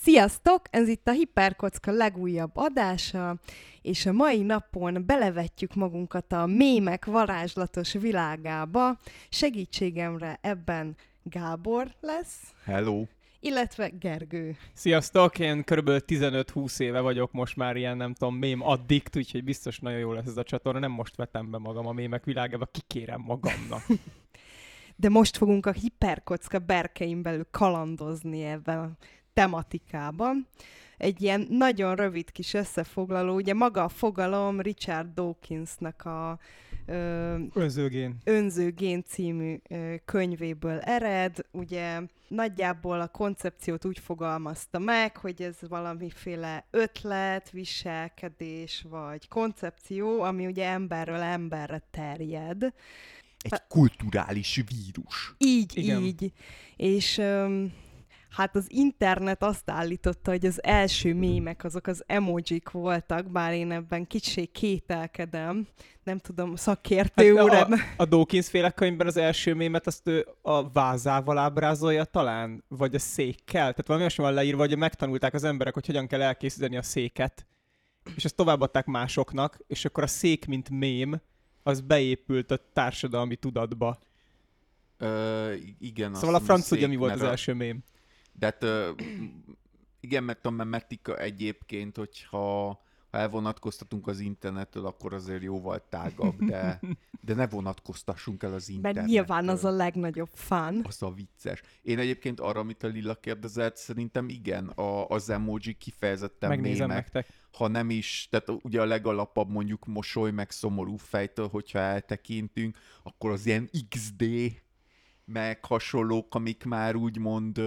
Sziasztok! Ez itt a Hiperkocka legújabb adása, és a mai napon belevetjük magunkat a mémek varázslatos világába. Segítségemre ebben Gábor lesz. Hello! Illetve Gergő. Sziasztok! Én körülbelül 15-20 éve vagyok most már ilyen, nem tudom, mém addikt, úgyhogy biztos nagyon jó lesz ez a csatorna. Nem most vetem be magam a mémek világába, kikérem magamnak. De most fogunk a Hiperkocka berkein belül kalandozni ebben a tematikában. Egy ilyen nagyon rövid kis összefoglaló, ugye maga a fogalom Richard Dawkinsnak a Önzőgén című könyvéből ered. Ugye nagyjából a koncepciót úgy fogalmazta meg, hogy ez valamiféle ötlet, viselkedés vagy koncepció, ami ugye emberről emberre terjed. Egy kulturális vírus. Így. És hát az internet azt állította, hogy az első mémek azok az emojik voltak, bár én ebben kicsit kételkedem. Nem tudom, szakértő úr. A Dawkins féle könyvben az első mémet azt ő a vázával ábrázolja talán, vagy a székkel. Tehát valami olyasmi van leírva, hogy megtanulták az emberek, hogy hogyan kell elkészíteni a széket, és ezt továbbadták másoknak, és akkor a szék, mint mém, az beépült a társadalmi tudatba. Igen. Szóval a franc ugye mi volt az első mém? De hát, igen, mert a memetika egyébként, hogyha elvonatkoztatunk az internettől, akkor azért jóval tágabb, de ne vonatkoztassunk el az internettől. Mert nyilván az a legnagyobb fán. Az a vicces. Én egyébként arra, amit a Lilla kérdezett, szerintem igen, az emoji kifejezetten megnézem mémek. Nektek. Ha nem is, tehát ugye a legalapabb mondjuk mosoly, meg szomorú fejtől, hogyha eltekintünk, akkor az ilyen XD, meg hasonlók, amik már úgymond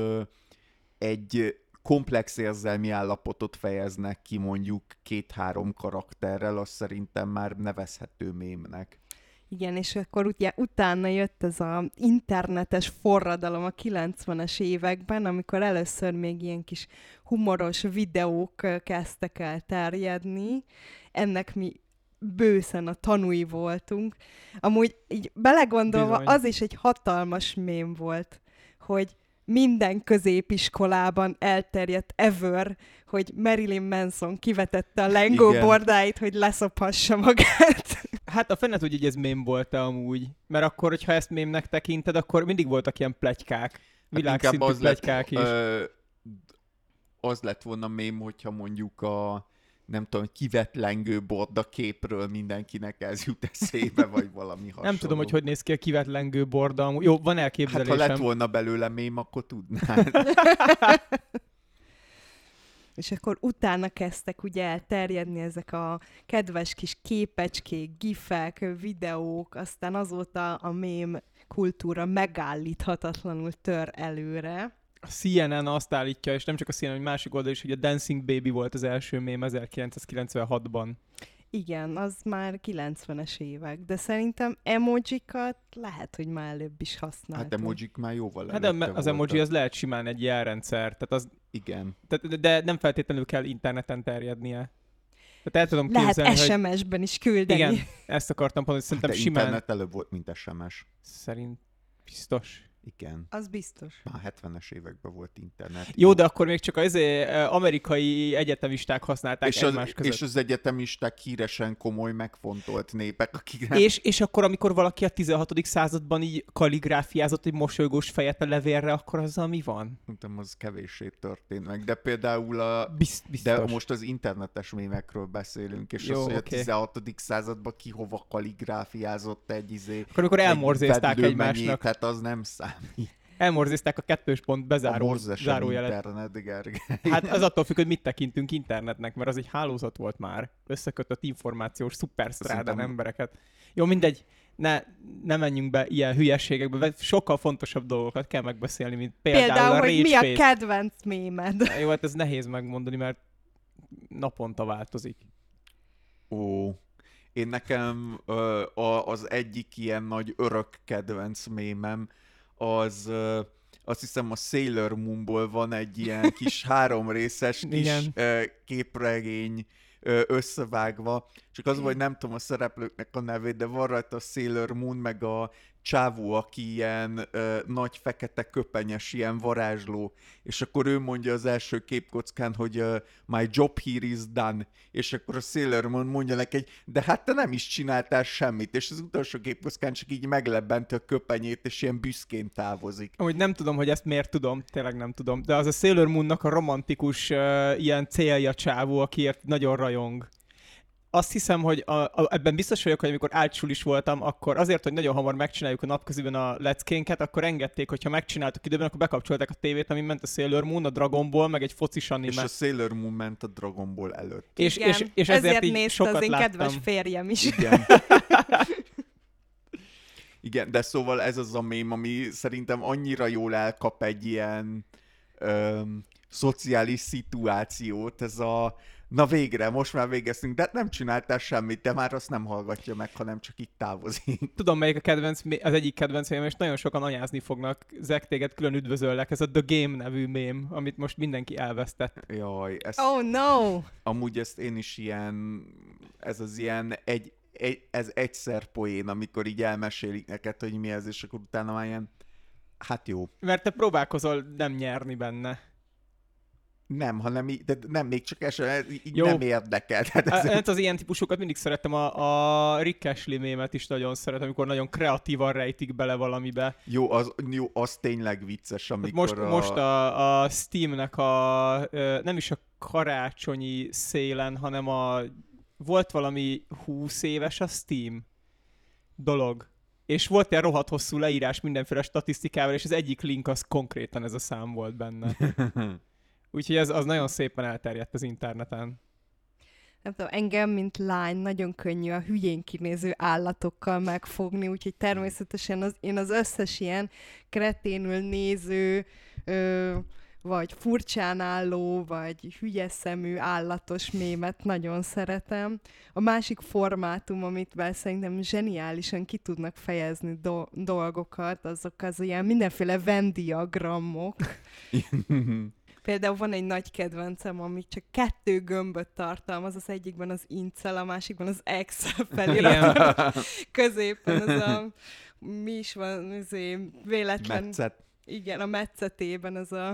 egy komplex érzelmi állapotot fejeznek ki mondjuk 2-3 karakterrel, az szerintem már nevezhető mémnek. Igen, és akkor ugye utána jött ez az internetes forradalom a 90-es években, amikor először még ilyen kis humoros videók kezdtek el terjedni. Ennek mi bőszen a tanúi voltunk. Amúgy így belegondolva Bizony. az is egy hatalmas mém volt, hogy minden középiskolában elterjedt ever, hogy Marilyn Manson kivetette a lengóbordáit, hogy leszophassa magát. Hát a fene tudja, hogy ez mém volt-e amúgy. Mert akkor, hogyha ezt mémnek tekinted, akkor mindig voltak ilyen pletykák. Világszintű hát pletykák is. Az lett volna mém, hogyha mondjuk nem tudom, kivett lengőborda képről mindenkinek ez jut eszébe, vagy valami hasonló. Nem tudom, hogy néz ki a kivett lengőborda amúgy. Jó, van elképzelésem. Hát ha lett volna belőle mém, akkor tudnád. És akkor utána kezdtek ugye elterjedni ezek a kedves kis képecskék, gifek, videók, aztán azóta a mém kultúra megállíthatatlanul tör előre. A CNN azt állítja, és nem csak a CNN, hogy másik oldal is, hogy a Dancing Baby volt az első mém 1996-ban. Igen, az már 90-es évek, de szerintem emojikat lehet, hogy már előbb is használtunk. Hát emojik már jóval Hát előtte de az emoji az lehet simán egy jelrendszer, tehát az, igen. de nem feltétlenül kell interneten terjednie. Tehát el tudom lehet képzelni, SMS-ben is küldeni. Igen, ezt akartam mondani, szerintem de simán... internet előbb volt, mint SMS. Szerint biztos. Igen. Az biztos. Már 70-es években volt internet. Jó, de akkor még csak az amerikai egyetemisták használták és egymás között. És az egyetemisták híresen komoly, megfontolt népek, akik nem... És akkor, amikor valaki a 16. században így kalligráfiázott egy mosolygós fejet a levélre, akkor azzal mi van? Mondtam, az kevéssé történt meg, de például Biztos. de most az internetes mémekről beszélünk, és Jó, az, hogy oké. a 16. században ki hova kalligráfiázott egy Akkor amikor elmorzézták vedlőmenyét, egymásnak. hát az nem számít. Elmorzézták a kettős pont zárójelet. Internet, Gergely. Hát az attól függ, hogy mit tekintünk internetnek, mert az egy hálózat volt már. Összekötött információs szuperstrádán Szerintem... embereket. Jó, mindegy. Ne menjünk be ilyen hülyeségekbe, sokkal fontosabb dolgokat kell megbeszélni, mint például a hogy Rage mi a Face. kedvenc mémed. Jó, hát ez nehéz megmondani, mert naponta változik. Ó, én nekem az egyik ilyen nagy örök kedvenc mémem, az azt hiszem a Sailor Moonból van egy ilyen kis 3 részes kis képregény összevágva, csak az, hogy nem tudom a szereplőknek a nevét, de van rajta a Sailor Moon, meg a csávó, aki ilyen nagy fekete köpenyes, ilyen varázsló, és akkor ő mondja az első képkockán, hogy my job here is done, és akkor a Sailor Moon mondja neki, de hát te nem is csináltál semmit, és az utolsó képkockán csak így meglebbenti a köpenyét, és ilyen büszkén távozik. Amúgy nem tudom, hogy ezt miért tudom, tényleg nem tudom, de az a Sailor Moonnak a romantikus ilyen célja csávó, akiért nagyon rajong. Azt hiszem, hogy ebben biztos vagyok, hogy amikor álcsul is voltam, akkor azért, hogy nagyon hamar megcsináljuk a napközben a leckénket, akkor engedték, hogyha megcsináltuk időben, akkor bekapcsolták a tévét, amin ment a Sailor Moon, a Dragon Ball, meg egy focis anime. És a Sailor Moon ment a Dragon Ball előtt. És ezért ezért így nézte sokat az én láttam. kedves férjem is. Igen. Igen, de szóval ez az a mém, ami szerintem annyira jól elkap egy ilyen szociális szituációt, ez a na végre, most már végeztünk, de nem csináltál semmit, de már azt nem hallgatja meg, hanem csak itt távozik. Tudom, melyik az egyik kedvencem, és nagyon sokan anyázni fognak. Zek, téged külön üdvözöllek, ez a The Game nevű mém, amit most mindenki elvesztett. Jaj, Oh no! Amúgy ezt én is ilyen, ez az ilyen ez egyszer poén, amikor így elmesélik neked, hogy mi ez, és akkor utána már ilyen, hát jó. Mert te próbálkozol nem nyerni benne. Nem, hanem de nem, még csak így Jó. nem érdekel. Hát az ilyen típusokat mindig szerettem, a Rick Ashley mémet is nagyon szeretem, amikor nagyon kreatívan rejtik bele valamibe. Jó, az tényleg vicces, amikor Most a Steamnek nem is a karácsonyi szélen, hanem volt valami 20 éves a Steam dolog. És volt ilyen rohadt hosszú leírás mindenféle statisztikával, és az egyik link az konkrétan ez a szám volt benne. Úgyhogy az nagyon szépen elterjedt az interneten. Nem tudom, engem, mint lány, nagyon könnyű a hülyén kinéző állatokkal megfogni, úgyhogy természetesen én az összes ilyen kreténül néző, vagy furcsán álló, vagy hülye szemű állatos mémet nagyon szeretem. A másik formátum, amit szerintem zseniálisan ki tudnak fejezni dolgokat, azok az ilyen mindenféle Venn diagramok. Például van egy nagy kedvencem, ami csak 2 gömböt tartalmaz, az egyikben az incel, a másikban az Excel felirat. Középen az mi is van, véletlen... Metszet. Igen, a metszetében az a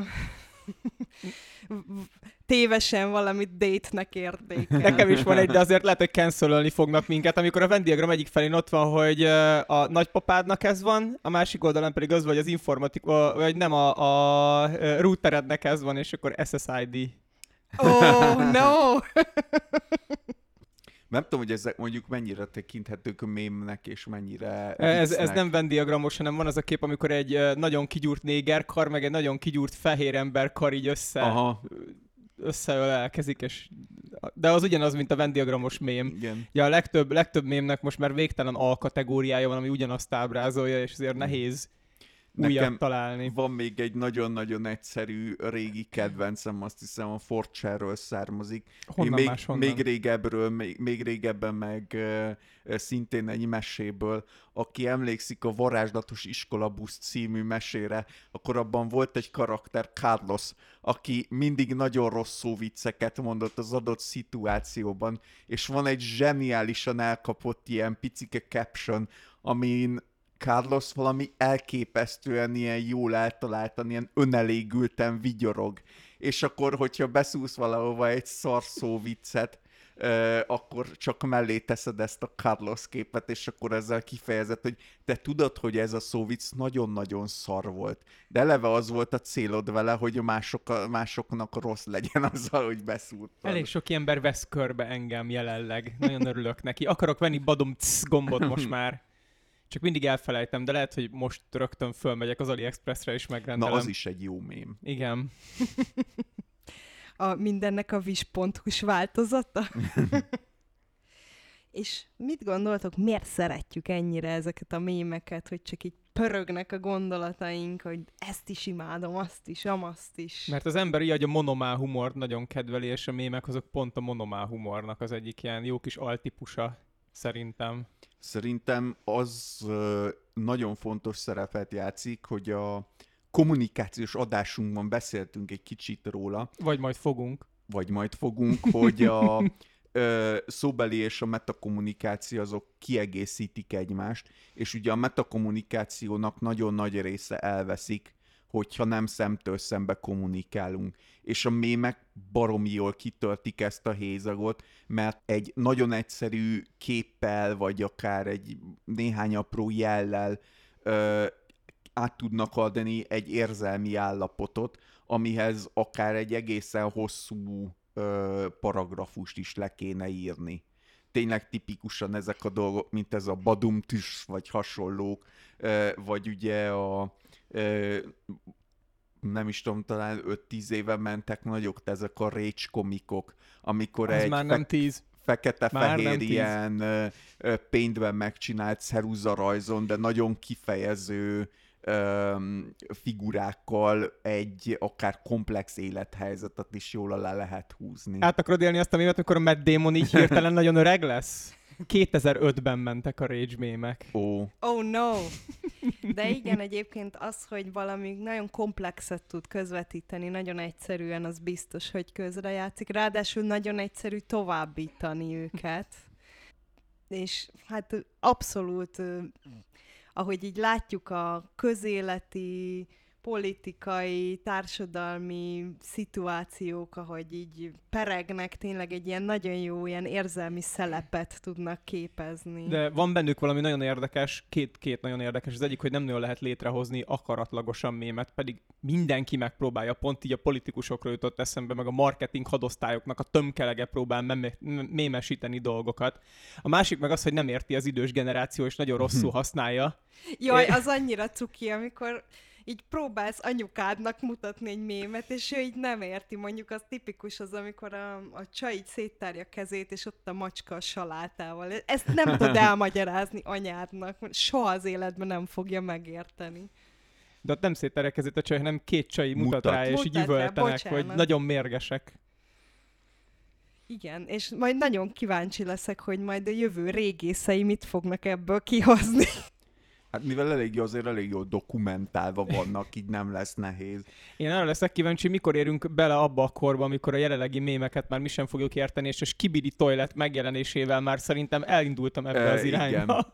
tévesen valamit date-nek értékel. Nekem is van egy, de azért lehet, hogy cancelölni fognak minket, amikor a Venn diagram egyik felén ott van, hogy a nagypapádnak ez van, a másik oldalon pedig az, vagy az informatika, vagy nem a routerednek ez van, és akkor SSID. Oh, no! Nem tudom, hogy ezek mondjuk mennyire tekinthetők mémnek, és mennyire ez nem Venn diagramos, hanem van az a kép, amikor egy nagyon kigyúrt négerkar, meg egy nagyon kigyúrt fehér emberkar így összeölelkezik, és... De az ugyanaz, mint a Venn diagramos mém. Igen. Ja, a legtöbb mémnek most már végtelen alkategóriája van, ami ugyanazt ábrázolja, és ezért nehéz újat találni. Van még egy nagyon-nagyon egyszerű régi kedvencem, azt hiszem a 4chan-ről származik. Honnan? Még régebben meg szintén egy meséből. Aki emlékszik a Varázslatos Iskolabusz című mesére, akkor abban volt egy karakter, Carlos, aki mindig nagyon rossz szóvicceket mondott az adott szituációban, és van egy zseniálisan elkapott ilyen picike caption, amin Carlos valami elképesztően ilyen jól eltaláltan, ilyen önelégülten vigyorog. És akkor, hogyha beszúrsz valahova egy szarszó viccet, akkor csak mellé teszed ezt a Carlos képet, és akkor ezzel kifejezed, hogy te tudod, hogy ez a szóvic nagyon-nagyon szar volt. De eleve az volt a célod vele, hogy másoknak rossz legyen azzal, hogy beszúrtad. Elég sok ember vesz körbe engem jelenleg. Nagyon örülök neki. Akarok venni gombot most már. Csak mindig elfelejtem, de lehet, hogy most rögtön fölmegyek az AliExpressre és megrendelem. Na, az is egy jó mém. Igen. Mindennek a wish.hu-s változata. És mit gondoltok, miért szeretjük ennyire ezeket a mémeket, hogy csak így pörögnek a gondolataink, hogy ezt is imádom, azt is, amazt is. Mert az emberi agy a monomál humort nagyon kedveli, és a mémek azok pont a monomál humornak az egyik ilyen jó kis altípusa, szerintem. Szerintem az nagyon fontos szerepet játszik, hogy a kommunikációs adásunkban beszéltünk egy kicsit róla. Vagy majd fogunk, Hogy szóbeli és a metakommunikáció azok kiegészítik egymást, és ugye a metakommunikációnak nagyon nagy része elveszik, hogyha nem szemtől szembe kommunikálunk. És a mémek baromi jól kitöltik ezt a hézagot, mert egy nagyon egyszerű képpel, vagy akár egy néhány apró jellel át tudnak adni egy érzelmi állapotot, amihez akár egy egészen hosszú paragrafust is le kéne írni. Tényleg tipikusan ezek a dolgok, mint ez a badumtüs, vagy hasonlók, vagy ugye nem is tudom, talán 5-10 éve mentek nagyok, ezek a rage komikok, amikor az már nem 10. fekete-fehér ilyen paintben megcsinált ceruza rajzon, de nagyon kifejező figurákkal egy akár komplex élethelyzetet is jól alá lehet húzni. Át akarod élni azt a mémet, amikor a Matt Damon így hirtelen nagyon öreg lesz? 2005-ben mentek a rage mémek. Oh no! De igen, egyébként az, hogy valami nagyon komplexet tud közvetíteni, nagyon egyszerűen, az biztos, hogy közrejátszik. Ráadásul nagyon egyszerű továbbítani őket. És hát abszolút, ahogy így látjuk a közéleti, politikai, társadalmi szituációk, ahogy így peregnek, tényleg egy ilyen nagyon jó, ilyen érzelmi szelepet tudnak képezni. De van bennük valami nagyon érdekes, két nagyon érdekes. Az egyik, hogy nem nagyon lehet létrehozni akaratlagosan mémet, pedig mindenki megpróbálja, pont így a politikusokról jutott eszembe, meg a marketing hadosztályoknak a tömkelege próbál mémesíteni dolgokat. A másik meg az, hogy nem érti az idős generáció, és nagyon rosszul használja. Jaj, az annyira cuki, amikor így próbálsz anyukádnak mutatni egy mémet, és ő így nem érti. Mondjuk az tipikus az, amikor a csaj így széttárja a kezét, és ott a macska a salátával. Ezt nem tudod elmagyarázni anyádnak. Soha az életben nem fogja megérteni. De ott nem széttárja a kezét a csaj, hanem két csaj mutat rá, és így üvöltenek, hogy nagyon mérgesek. Igen, és majd nagyon kíváncsi leszek, hogy majd a jövő régészei mit fognak ebből kihozni. Hát mivel elég jól dokumentálva vannak, így nem lesz nehéz. Én arra leszek kíváncsi, mikor érünk bele abba a korba, amikor a jelenlegi mémeket már mi sem fogjuk érteni, és a Skibidi Toilet megjelenésével már szerintem elindultam ebbe az irányba.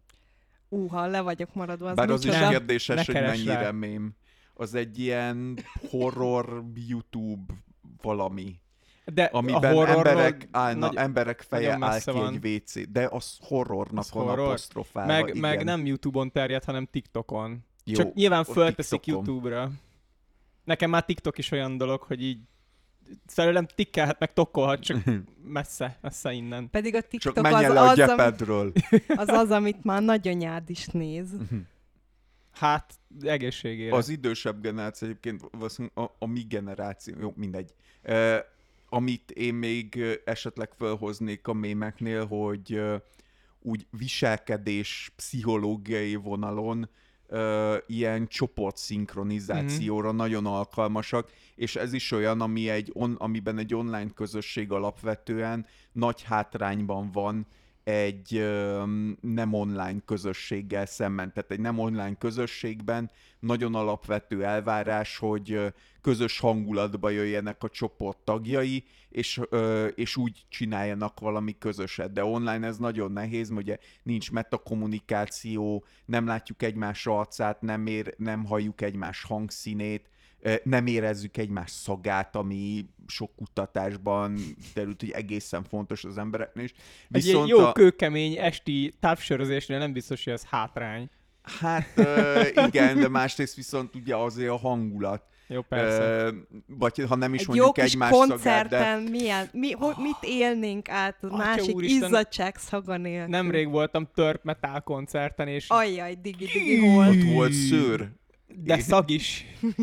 Le vagyok maradva. Bár az is kérdéses, hogy mennyire mém. Az egy ilyen horror YouTube valami. De amiben emberek feje áll ki egy WC. De az horrornak az van apostrofálva. Meg nem YouTube-on terjed, hanem TikTokon. Jó, csak nyilván fölteszik TikTokon. YouTube-ra. Nekem már TikTok is olyan dolog, hogy így szerintem tikkelhet, meg tokkolhat, csak messze innen. Pedig a TikTok csak menj el a gyepedről. Az, amit már nagyanyád is néz. Hát, egészségére. Az idősebb generáció egyébként, a mi generáció, jó, mindegy. Amit én még esetleg felhoznék a mémeknél, hogy úgy viselkedés pszichológiai vonalon ilyen csoportszinkronizációra nagyon alkalmasak, és ez is olyan, amiben egy online közösség alapvetően nagy hátrányban van egy nem online közösséggel szemben. Tehát egy nem online közösségben nagyon alapvető elvárás, hogy közös hangulatba jöjjenek a csoport tagjai, és úgy csináljanak valami közöset. De online ez nagyon nehéz, mert ugye nincs metakommunikáció, nem látjuk egymás arcát, nem halljuk egymás hangszínét, nem érezzük egymás szagát, ami sok kutatásban derült, hogy egészen fontos az embereknél is. Viszont egy jó kőkemény esti távsörözésnél nem biztos, hogy ez hátrány. Hát igen, de másrészt viszont ugye azért a hangulat. Jó, persze. Vagy ha nem is egy mondjuk egymás szagát, koncerten mit élnénk át a másik izzadság szaga nélkül? Nemrég voltam Törp Metal koncerten, és... Ajjaj, digi hol. Ott volt szőr. De szag is.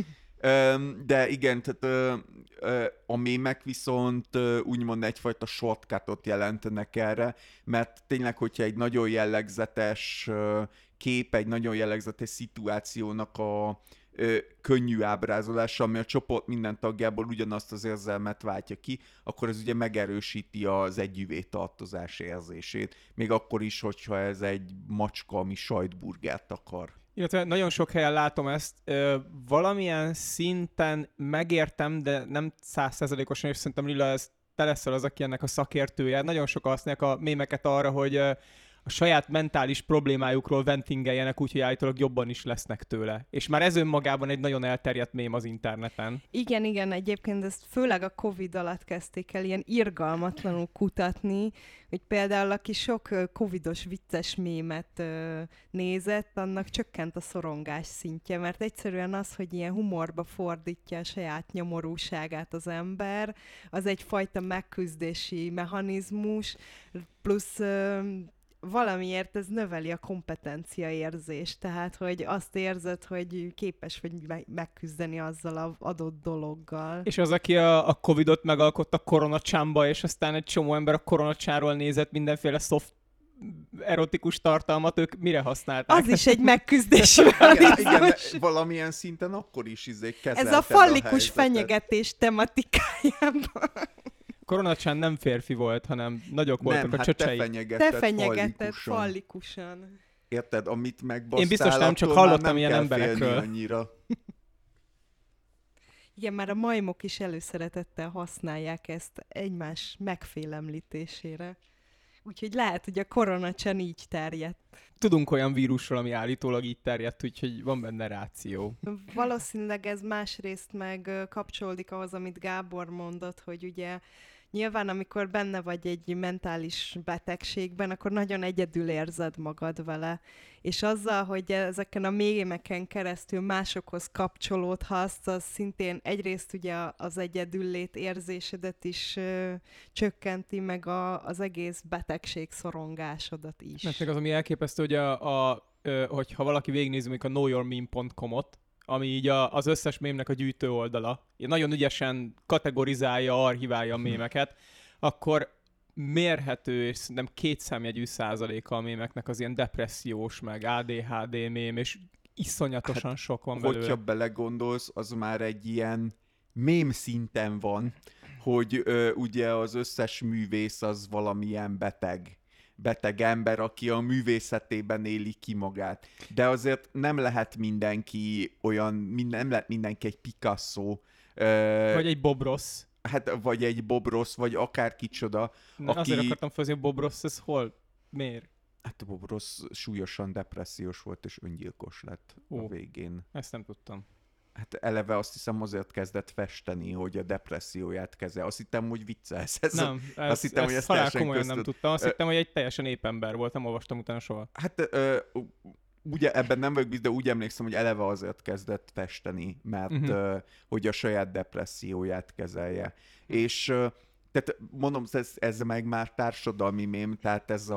De igen, tehát a mémek viszont úgymond egyfajta shortcutot jelentenek erre, mert tényleg, hogyha egy nagyon jellegzetes kép, egy nagyon jellegzetes szituációnak a könnyű ábrázolása, ami a csoport minden tagjából ugyanazt az érzelmet váltja ki, akkor ez ugye megerősíti az együvé tartozás érzését. Még akkor is, hogyha ez egy macska, ami sajtburgert akar. Illetve nagyon sok helyen látom ezt, valamilyen szinten megértem, de nem 100%-osan, és szerintem Lila ezt te leszel az, aki ennek a szakértője. Nagyon sokan használják a mémeket arra, hogy a saját mentális problémájukról ventingeljenek, úgyhogy állítólag jobban is lesznek tőle. És már ez önmagában egy nagyon elterjedt mém az interneten. Igen, egyébként ezt főleg a Covid alatt kezdték el ilyen irgalmatlanul kutatni, hogy például aki sok covidos vicces mémet nézett, annak csökkent a szorongás szintje, mert egyszerűen az, hogy ilyen humorba fordítja a saját nyomorúságát az ember, az egyfajta megküzdési mechanizmus, plusz valamiért ez növeli a kompetenciaérzést, tehát hogy azt érzed, hogy képes vagy megküzdeni azzal az adott dologgal. És az, aki a Covidot megalkotta koronacsámba, és aztán egy csomó ember a koronacsáról nézett mindenféle soft erotikus tartalmat, ők mire használták? Az is egy megküzdési igen, de valamilyen szinten akkor is kezelted ez a fallikus helyzetet. fenyegetés tematikájában. Koronacsán nem férfi volt, hanem nagyok voltak a csöcsei. Te fenyegetted fallikusan. Érted, amit megbasztál, én biztos nem, csak attól már hallottam nem ilyen kell emberekről. félni annyira. Igen, már a majmok is előszeretettel használják ezt egymás megfélemlítésére. Úgyhogy lehet, hogy a koronacsán így terjedt. Tudunk olyan vírusról, ami állítólag így terjedt, úgyhogy van benne ráció. Valószínűleg ez másrészt meg kapcsolódik ahhoz, amit Gábor mondott, hogy ugye nyilván, amikor benne vagy egy mentális betegségben, akkor nagyon egyedül érzed magad vele. És azzal, hogy ezeken a mémeken keresztül másokhoz kapcsolódhatsz, az szintén egyrészt ugye az egyedüllét érzésedet is csökkenti, meg az egész betegség szorongásodat is. Mert meg az, ami elképesztő, hogy hogyha valaki végignézi a knowyourmeme.com-ot, ami így az összes mémnek a gyűjtő oldala, nagyon ügyesen kategorizálja, archiválja a mémeket, akkor mérhető, és szerintem 2 számjegyű százaléka a mémeknek az ilyen depressziós, meg ADHD mém, és iszonyatosan sok van belőle. Hogyha belegondolsz, az már egy ilyen mém szinten van, hogy ugye az összes művész az valamilyen beteg ember, aki a művészetében éli ki magát. De azért nem lehet mindenki olyan, nem lehet mindenki egy Picasso. Vagy egy Bob Ross. Hát, vagy egy Bob Ross, vagy akár kicsoda. Aki... Azért akartam felhozni, hogy Bob Ross, ez hol? Miért? Hát a Bob Ross súlyosan depressziós volt, és öngyilkos lett a végén. Ezt nem tudtam. Hát eleve azt hiszem azért kezdett festeni, hogy a depresszióját kezel. Azt hittem, hogy viccelsz. Azt hittem, hogy ezt halál komolyan nem tudtam. Azt hittem, hogy egy teljesen ép ember volt, nem olvastam utána soha. Hát ugye ebben nem vagyok biztos, de úgy emlékszem, hogy eleve azért kezdett festeni, mert hogy a saját depresszióját kezelje. És tehát mondom, ez meg már társadalmi mém, tehát ez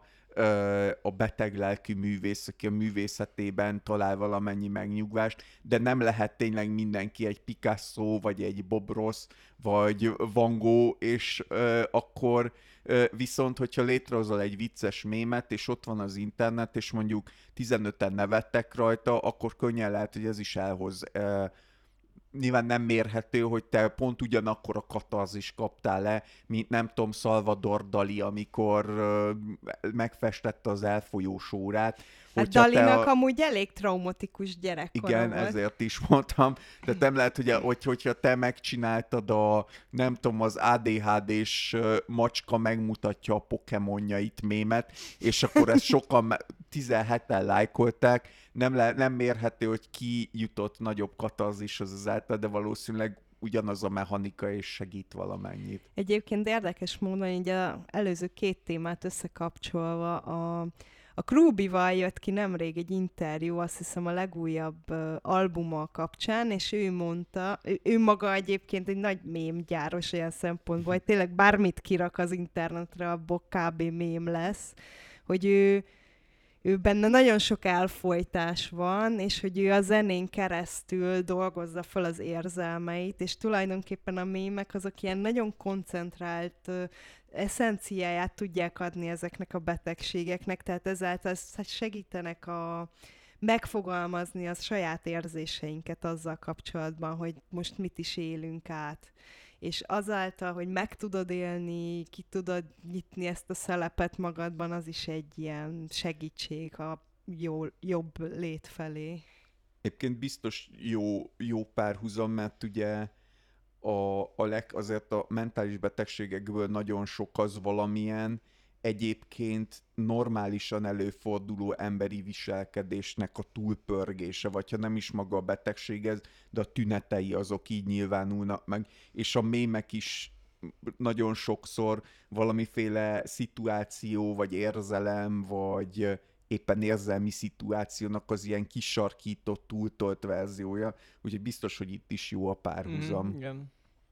a beteg lelkű művész, aki a művészetében talál valamennyi megnyugvást, de nem lehet tényleg mindenki egy Picasso, vagy egy Bob Ross, vagy Van Gogh, és akkor viszont, hogyha létrehozol egy vicces mémet, és ott van az internet, és mondjuk 15-en nevettek rajta, akkor könnyen lehet, hogy ez is elhoz. Nyilván nem mérhető, hogy te pont ugyanakkor a katarzis kaptál le, mint nem tudom, Salvador Dali, amikor megfestette az elfolyó sórát. Hát Dalinak amúgy elég traumatikus gyerekkora igen, volt. ezért is mondtam. Tehát nem lehet, hogyha te megcsináltad nem tudom, az ADHD-s macska megmutatja a pokémonjait mémet, és akkor ezt sokan 17-en lájkolták, nem mérhető, hogy ki jutott nagyobb katarzishoz azáltal, de valószínűleg ugyanaz a mechanika és segít valamennyit. Egyébként érdekes módon így az előző 2 témát összekapcsolva a Krúbival jött ki nemrég egy interjú, azt hiszem a legújabb albuma kapcsán, és ő mondta, ő maga egyébként egy nagy mémgyáros olyan szempontból, hogy tényleg bármit kirak az internetre, abból kb. Mém lesz, hogy ő benne nagyon sok elfojtás van, és hogy ő a zenén keresztül dolgozza fel az érzelmeit, és tulajdonképpen a mémek azok ilyen nagyon koncentrált eszenciáját tudják adni ezeknek a betegségeknek, tehát ezáltal segítenek megfogalmazni a saját érzéseinket azzal kapcsolatban, hogy most mit is élünk át. És azáltal, hogy meg tudod élni, ki tudod nyitni ezt a szelepet magadban, az is egy ilyen segítség a jobb lét felé. Egyébként biztos jó párhuzam, mert ugye azért a mentális betegségekből nagyon sok az valamilyen egyébként normálisan előforduló emberi viselkedésnek a túlpörgése, vagy ha nem is maga a betegség ez, de a tünetei azok így nyilvánulnak meg, és a mémek is nagyon sokszor valamiféle szituáció, vagy érzelem, vagy éppen érzelmi szituációnak az ilyen kisarkított, túltolt verziója, úgyhogy biztos, hogy itt is jó a párhuzam. Igen.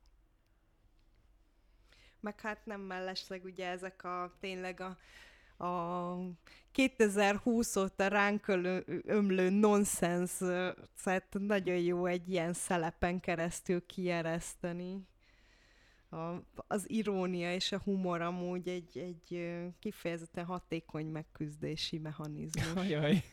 Meg hát nem mellesleg ugye ezek tényleg a 2020 óta ránk ömlő nonsens, szóval nagyon jó egy ilyen szelepen keresztül kiereszteni. Az irónia és a humor amúgy egy kifejezetten hatékony megküzdési mechanizmus. Ajaj.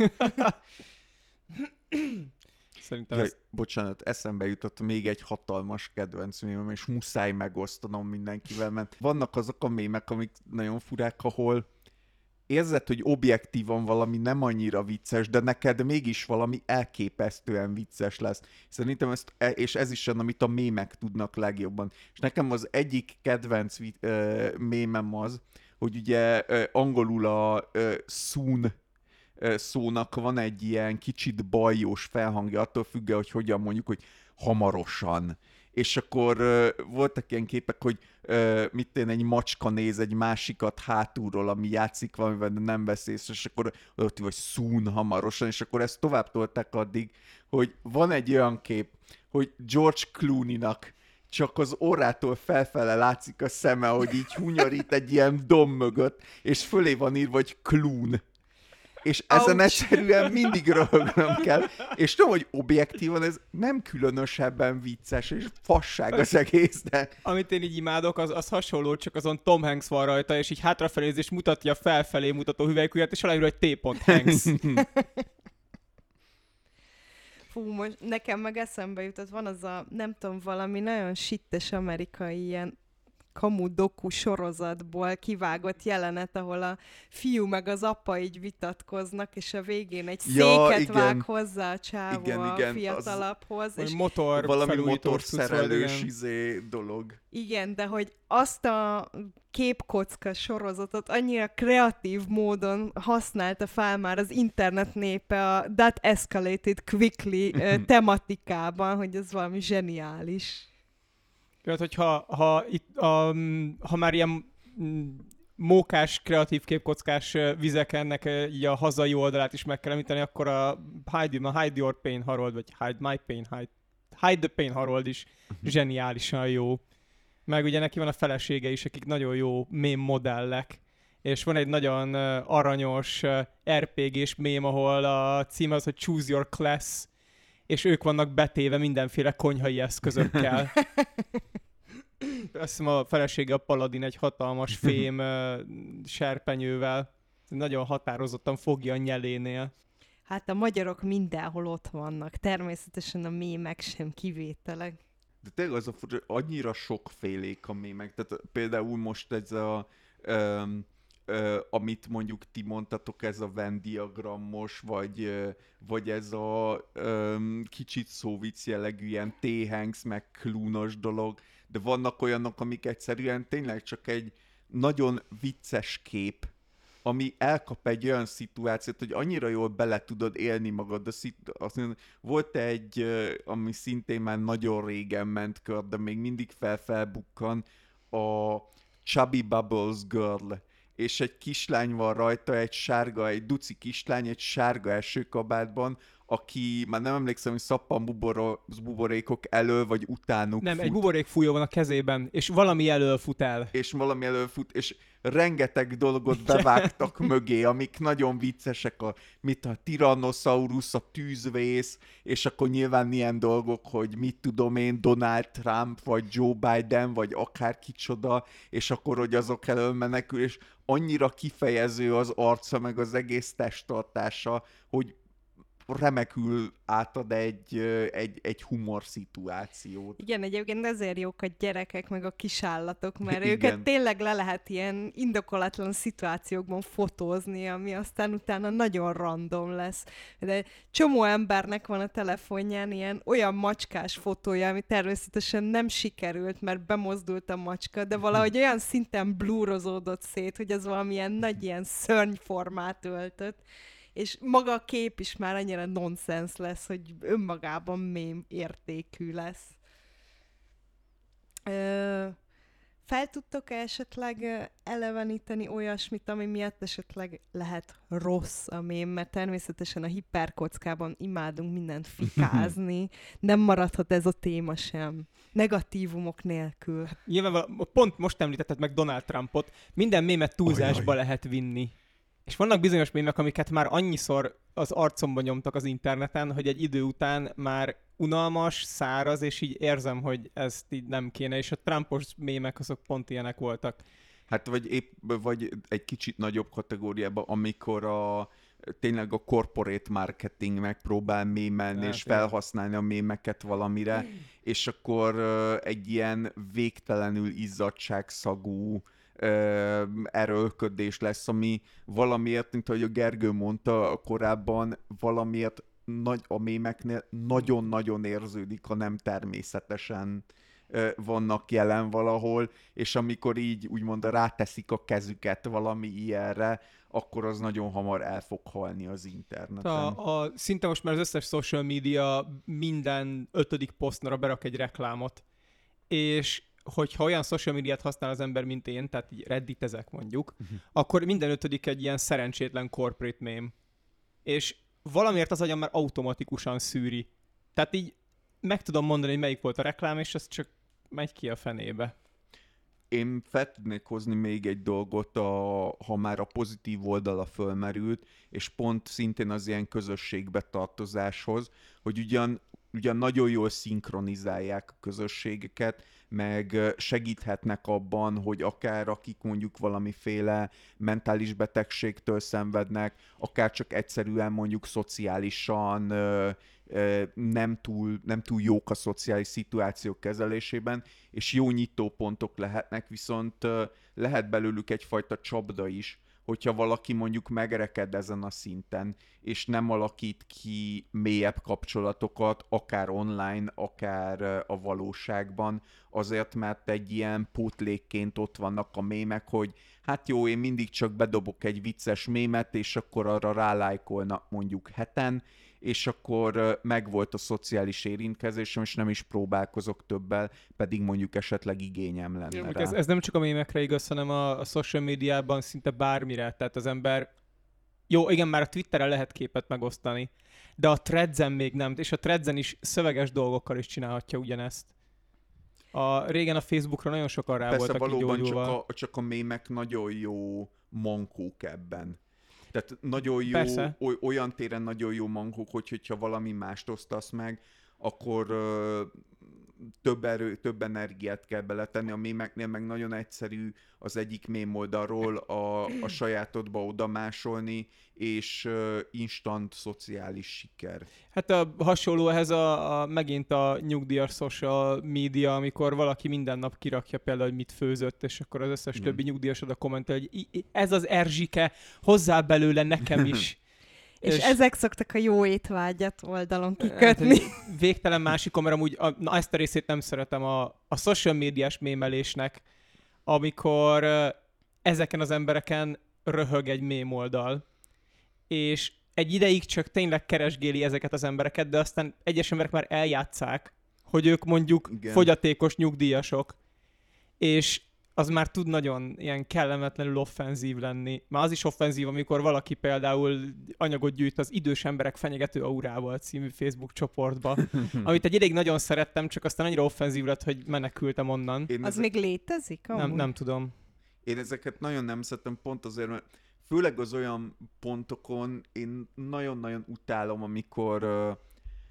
Szerintem Jaj, bocsánat, eszembe jutott még egy hatalmas kedvenc mémem, és muszáj megosztanom mindenkivel, mert vannak azok a mémek, amik nagyon furák, ahol érzed, hogy objektívan valami nem annyira vicces, de neked mégis valami elképesztően vicces lesz. Szerintem és ez is olyan, amit a mémek tudnak legjobban. És nekem az egyik kedvenc mémem az, hogy ugye angolul a soon szónak van egy ilyen kicsit bajós felhangja, attól függően, hogy hogyan mondjuk, hogy hamarosan. És akkor voltak ilyen képek, hogy egy macska néz egy másikat hátulról, ami játszik valamivel, de nem vesz észre, és akkor ott vagy soon, hamarosan, és akkor ezt tovább tolták addig, hogy van egy olyan kép, hogy George Clooney-nak csak az orrától felfele látszik a szeme, hogy így hunyorít egy ilyen dom mögött, és fölé van írva, hogy Cloon. És ezen egyszerűen mindig röhögnöm kell. És tudom, hogy objektívan ez nem különösebben vicces, és fasság az egész, de... Amit én így imádok, az hasonló, csak azon Tom Hanks van rajta, és így hátrafelé és mutatja felfelé mutató hüvelykujját, és aláírja, hogy T. Hanks. Fú, most nekem meg eszembe jutott, van az a, nem tudom, valami nagyon sittes amerikai ilyen kamu doku sorozatból kivágott jelenet, ahol a fiú meg az apa így vitatkoznak, és a végén egy széket vág hozzá a csávó a fiatalabbhoz. És valami motorszerelős dolog. Igen, de hogy azt a képkocka sorozatot annyira kreatív módon használta fel már az internet népe a That Escalated Quickly tematikában, hogy ez valami zseniális. Tehát, hogyha ha már ilyen mókás, kreatív képkockás vizekennek így a hazai oldalát is meg kell említeni, akkor a Hide Your Pain Harold, vagy Hide My Pain, Hide the Pain Harold is zseniálisan jó. Meg ugye neki van a felesége is, akik nagyon jó mém modellek. És van egy nagyon aranyos RPG-s mém, ahol a cím az, hogy Choose Your Class, és ők vannak betéve mindenféle konyhai eszközökkel. Azt hiszem a felesége a Paladin egy hatalmas fém serpenyővel. Nagyon határozottan fogja a nyelénél. Hát a magyarok mindenhol ott vannak. Természetesen a mémek sem kivételek. De tényleg az a furcsa, annyira sokfélék a mémek. Tehát például most ez a... amit mondjuk ti mondtatok, ez a Venn diagrammos, vagy ez a kicsit szóvic jellegű ilyen T-Hanks meg Clooney-os dolog, de vannak olyanok, amik egyszerűen tényleg csak egy nagyon vicces kép, ami elkap egy olyan szituációt, hogy annyira jól bele tudod élni magad. Volt egy, ami szintén már nagyon régen ment kör, de még mindig felbukkan, a Chubby Bubbles Girl, és egy kislány van rajta, egy duci kislány, egy sárga esőkabátban, aki, már nem emlékszem, hogy szappan buborékok elől vagy utánuk nem, fut. egy buborékfújó van a kezében, és valami elől fut el. És rengeteg dolgot bevágtak mögé, amik nagyon viccesek, mint a Tyrannosaurus, a tűzvész, és akkor nyilván ilyen dolgok, hogy mit tudom én, Donald Trump, vagy Joe Biden, vagy akár kicsoda, és akkor, hogy azok elől menekül, és annyira kifejező az arca, meg az egész testtartása, hogy remekül átad egy humor szituációt. Igen, egyébként ezért jók a gyerekek, meg a kisállatok, mert Igen. őket tényleg le lehet ilyen indokolatlan szituációkban fotózni, ami aztán utána nagyon random lesz. De csomó embernek van a telefonján ilyen olyan macskás fotója, ami természetesen nem sikerült, mert bemozdult a macska, de valahogy olyan szinten blúrozódott szét, hogy ez valamilyen nagy ilyen szörnyformát öltött. És maga a kép is már annyira nonsens lesz, hogy önmagában mém értékű lesz. Fel tudtok esetleg eleveníteni olyasmit, ami miatt esetleg lehet rossz a mém, mert természetesen a hiperkockában imádunk mindent fikázni, nem maradhat ez a téma sem. Negatívumok nélkül. Nyilvánvalóan, pont most említetted meg Donald Trumpot, minden mémet túlzásba lehet vinni. És vannak bizonyos mémek, amiket már annyiszor az arcomba nyomtak az interneten, hogy egy idő után már unalmas, száraz, és így érzem, hogy ezt így nem kéne, és a Trumpos mémek azok pont ilyenek voltak. Hát vagy egy kicsit nagyobb kategóriában, amikor tényleg a corporate marketing megpróbál mémelni, és felhasználni a mémeket valamire, és akkor egy ilyen végtelenül izzadságszagú erőlködés lesz, ami valamiért, mint ahogy a Gergő mondta korábban, valamiért a mémeknél nagyon-nagyon érződik, ha nem természetesen vannak jelen valahol, és amikor így úgymond ráteszik a kezüket valami ilyenre, akkor az nagyon hamar el fog halni az interneten. Szinte most már az összes social media minden 5. posztra berak egy reklámot, és hogyha olyan social médiát használ az ember, mint én, tehát így redditezek mondjuk, akkor minden 5. egy ilyen szerencsétlen corporate meme. És valamiért az agyam már automatikusan szűri. Tehát így meg tudom mondani, hogy melyik volt a reklám, és az csak megy ki a fenébe. Én fel tudnék hozni még egy dolgot, ha már a pozitív oldala fölmerült, és pont szintén az ilyen közösségbe tartozáshoz, hogy ugyan nagyon jól szinkronizálják a közösségeket, meg segíthetnek abban, hogy akár akik mondjuk valamiféle mentális betegségtől szenvednek, akár csak egyszerűen mondjuk szociálisan nem túl jók a szociális szituációk kezelésében, és jó nyitópontok lehetnek, viszont lehet belőlük egyfajta csapda is, hogyha valaki mondjuk megreked ezen a szinten, és nem alakít ki mélyebb kapcsolatokat, akár online, akár a valóságban, azért, mert egy ilyen pótlékként ott vannak a mémek, hogy hát jó, én mindig csak bedobok egy vicces mémet, és akkor arra rálájkolnak mondjuk heten, és akkor megvolt a szociális érintkezésem, és nem is próbálkozok többel, pedig mondjuk esetleg igényem lenne rá. Ez nem csak a mémekre igaz, hanem a social médiában szinte bármire. Tehát az ember... Jó, igen, már a Twitteren lehet képet megosztani, de a Threads-en még nem, és a Threads-en is szöveges dolgokkal is csinálhatja ugyanezt. Régen a Facebookra nagyon sokan rá Persze, voltak így gyógyulva. valóban csak a mémek nagyon jó mankók ebben. Tehát nagyon jó, olyan téren nagyon jó mankók, hogyha valami mást osztasz meg, akkor több energiát kell beletenni. A mémeknél meg nagyon egyszerű az egyik mém oldalról a sajátodba oda másolni, és instant szociális siker. Hát hasonló ehhez megint a nyugdíjas social media, amikor valaki minden nap kirakja például, hogy mit főzött, és akkor az összes többi nyugdíjas oda kommentel, hogy ez az Erzsike, hozzá belőle nekem is. És ezek szoktak a jó étvágyat oldalon kikötni. Végtelen másikon, mert amúgy ezt a részét nem szeretem a social médiás mémelésnek, amikor ezeken az embereken röhög egy mém oldal, és egy ideig csak tényleg keresgéli ezeket az embereket, de aztán egyes emberek már eljátszák, hogy ők mondjuk fogyatékos nyugdíjasok, és az már tud nagyon ilyen kellemetlenül offenzív lenni. Már az is offenzív, amikor valaki például anyagot gyűjt az Idős emberek fenyegető aurával című Facebook csoportba, amit egy ideig nagyon szerettem, csak aztán annyira offenzív lett, hogy menekültem onnan. Az még létezik? Nem tudom. Én ezeket nagyon nem szeretem, pont azért, mert főleg az olyan pontokon én nagyon-nagyon utálom, amikor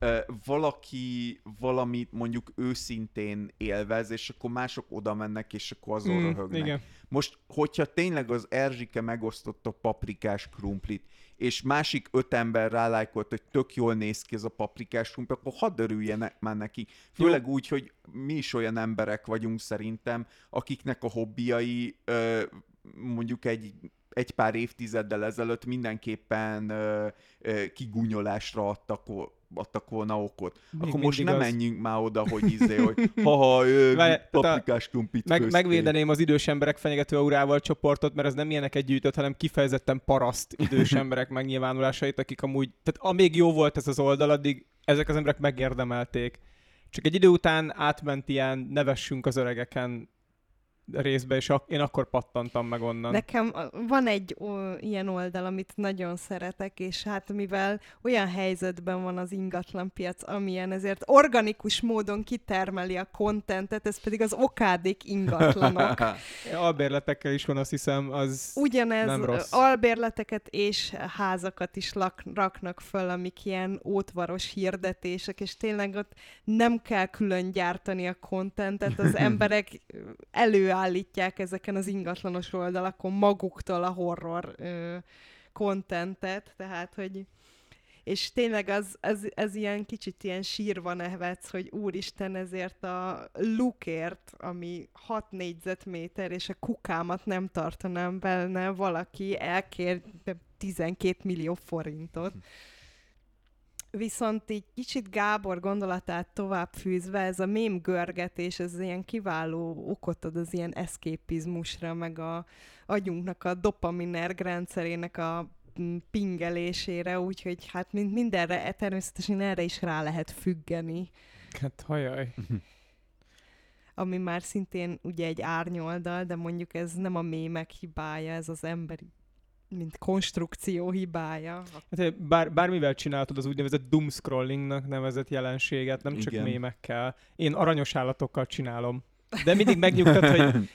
valaki valamit mondjuk őszintén élvez, és akkor mások oda mennek, és akkor azon röhögnek. Igen. Most, hogyha tényleg az Erzsike megosztotta paprikás krumplit, és másik 5 ember rálájkolt, hogy tök jól néz ki ez a paprikás krumpli, akkor hadd örüljenek már neki. Főleg úgy, hogy mi is olyan emberek vagyunk szerintem, akiknek a hobbiai mondjuk egy pár évtizeddel ezelőtt mindenképpen kigunyolásra adtak volna okot. Akkor most nem menjünk már oda, hogy hogy paprikás krumplit főztél. Megvédeném az idős emberek fenyegető aurával csoportot, mert ez nem ilyeneket gyűjtött, hanem kifejezetten paraszt idős emberek megnyilvánulásait, akik amúgy, tehát amíg jó volt ez az oldal, addig ezek az emberek megérdemelték. Csak egy idő után átment ilyen nevessünk az öregeken részbe, és én akkor pattantam meg onnan. Nekem van egy ilyen oldal, amit nagyon szeretek, és hát mivel olyan helyzetben van az ingatlanpiac, amilyen, ezért organikus módon kitermeli a kontentet, ez pedig az okádék ingatlanok. Albérletekkel is van, azt hiszem, az ugyanez, nem rossz. Albérleteket és házakat is raknak föl, amik ilyen ótvaros hirdetések, és tényleg ott nem kell külön gyártani a kontentet, az emberek előállítják ezeken az ingatlanos oldalakon maguktól a horror kontentet, tehát, hogy és tényleg ez ilyen kicsit ilyen sírva nevetsz, hogy úristen, ezért a lukért, ami 6 négyzetméter, és a kukámat nem tartanám benne, valaki elkér 12 millió forintot. Viszont így kicsit Gábor gondolatát tovább fűzve, ez a mém görgetés, ez ilyen kiváló okot ad az ilyen eszképizmusra, meg a agyunknak a dopaminerg rendszerének a pingelésére, úgyhogy hát mindenre, természetesen erre is rá lehet függeni. Hát hajaj. Ami már szintén ugye egy árnyoldal, de mondjuk ez nem a mémek hibája, ez az emberi mint konstrukció hibája. Hát, bármivel csináltad az úgynevezett doomscrollingnak nevezett jelenséget, nem csak mémekkel. Én aranyos állatokkal csinálom. De mindig megnyugtat, hogy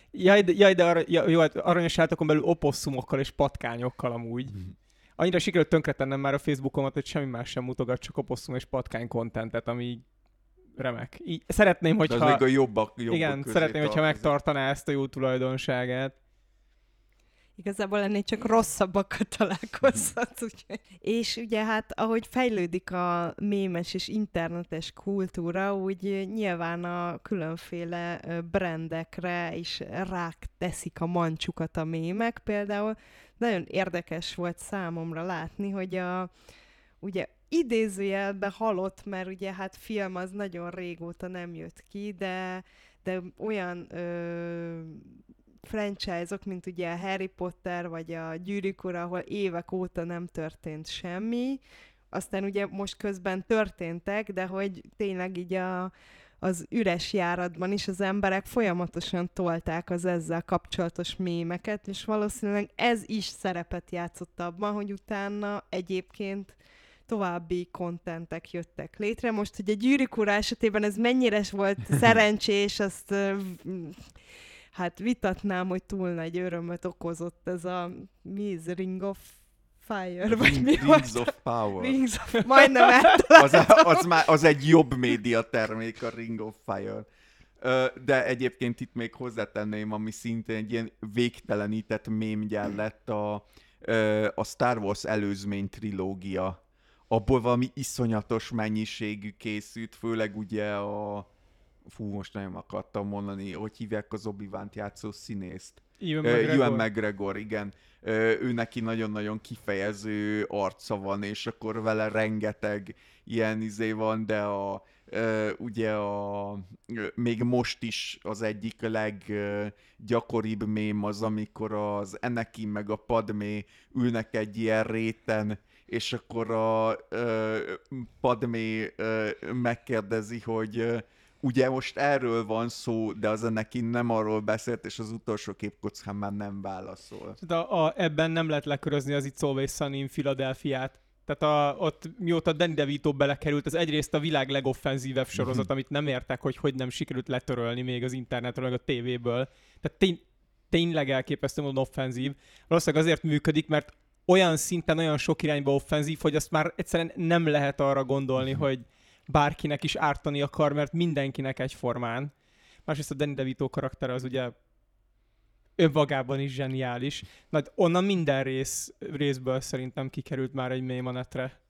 aranyos állatokon belül oposszumokkal és patkányokkal amúgy. Annyira sikerült tönkretennem már a Facebookomat, hogy semmi más sem mutogat, csak oposszum és patkány kontentet, ami remek. Így szeretném, hogyha... Ez még a jobbak igen, szeretném, hogyha megtartaná ezt a jó tulajdonságát. Igazából ennél csak rosszabbakat találkozhat. És ugye hát, ahogy fejlődik a mémes és internetes kultúra, úgy nyilván a különféle brandekre is rák teszik a mancsukat a mémek. Például nagyon érdekes volt számomra látni, hogy ugye idézőjelben halott, mert ugye hát film az nagyon régóta nem jött ki, de olyan franchise-ok, mint ugye a Harry Potter, vagy a Gyűrűk ura, ahol évek óta nem történt semmi. Aztán ugye most közben történtek, de hogy tényleg így az üres járatban is az emberek folyamatosan tolták az ezzel kapcsolatos mémeket, és valószínűleg ez is szerepet játszott abban, hogy utána egyébként további kontentek jöttek létre. Most, hogy a Gyűrűk ura esetében ez mennyire volt szerencsés, azt hát vitatnám, hogy túl nagy örömöt okozott ez a Ring of Fire, vagy mi Rings of Power. Rings of... Majdnem eltaláltam. Az egy jobb média termék, a Ring of Fire. De egyébként itt még hozzátenném, ami szintén egy ilyen végtelenített mémgyár lett a Star Wars előzmény trilógia. Abból valami iszonyatos mennyiségű készült, főleg ugye most nagyon akartam mondani, hogy hívják az Obi-Wan-t játszó színészt. Ewan McGregor, igen. Ő neki nagyon-nagyon kifejező arca van, és akkor vele rengeteg ilyen van, de ugye még most is az egyik leggyakoribb mém az, amikor az Anakin meg a Padmé ülnek egy ilyen réten, és akkor a Padmé megkérdezi, hogy ugye most erről van szó, de az Anakin nem arról beszélt, és az utolsó képkockán már nem válaszol. Ebben nem lehet lekörözni az It's Always Sunny in Philadelphia-t. Tehát ott mióta Danny DeVito belekerült, az egyrészt a világ legoffenzívebb sorozat, amit nem értek, hogy nem sikerült letörölni még az internetről, meg a tévéből. Tehát tényleg elképesztő módon offenzív. Valószínűleg azért működik, mert olyan szinten, olyan sok irányba offenzív, hogy azt már egyszerűen nem lehet arra gondolni, hogy bárkinek is ártani akar, mert mindenkinek egyformán. Másrészt a Danny DeVito karaktere az ugye önmagában is zseniális. Na, onnan minden részből szerintem kikerült már egy mém a netre.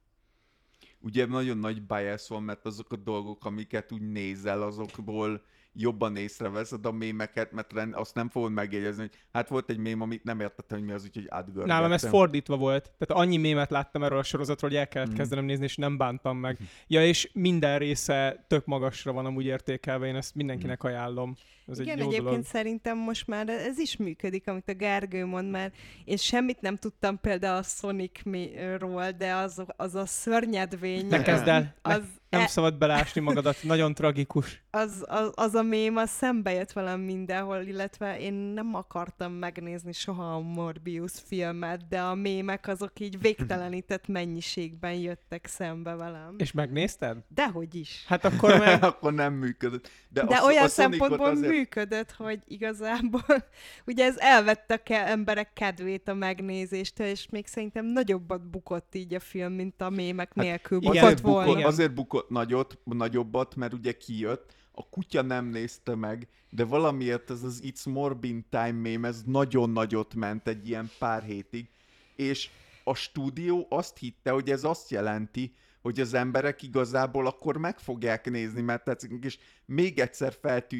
Ugye nagyon nagy bias van, mert azok a dolgok, amiket úgy nézel, azokból jobban észreveszed a mémeket, mert azt nem fogod megjegyezni, hogy hát volt egy mém, amit nem értettem, hogy mi az, úgyhogy átgörgettem. Nálam ez fordítva volt. Tehát annyi mémet láttam erről a sorozatról, hogy el kellett kezdenem nézni, és nem bántam meg. Ja, és minden része tök magasra van amúgy értékelve, én ezt mindenkinek ajánlom. Ez Igen, egy jó egyébként dolog. szerintem most már ez is működik, amit a Gergő mond, mert én semmit nem tudtam például a Sonicról, de az a szörnyedvény... Ne kezd el! Nem Az, szabad belásni magadat, nagyon tragikus. az a mém, az szembe jött velem mindenhol, illetve én nem akartam megnézni soha a Morbius filmet, de a mémek azok így végtelenített mennyiségben jöttek szembe velem. És megnézted? Dehogy is. Hát akkor meg... Akkor nem működött. De olyan szempontból működött, hogy igazából ugye ez elvette emberek kedvét a megnézéstől, és még szerintem nagyobbat bukott így a film, mint a mémek nélkül bukott volna. Azért bukott nagyobbat, mert ugye kijött, a kutya nem nézte meg, de valamiért ez az It's Morbin Time meme, ez nagyon nagyot ment egy ilyen pár hétig, és a stúdió azt hitte, hogy ez azt jelenti, hogy az emberek igazából akkor meg fogják nézni, mert tetszik, és még egyszer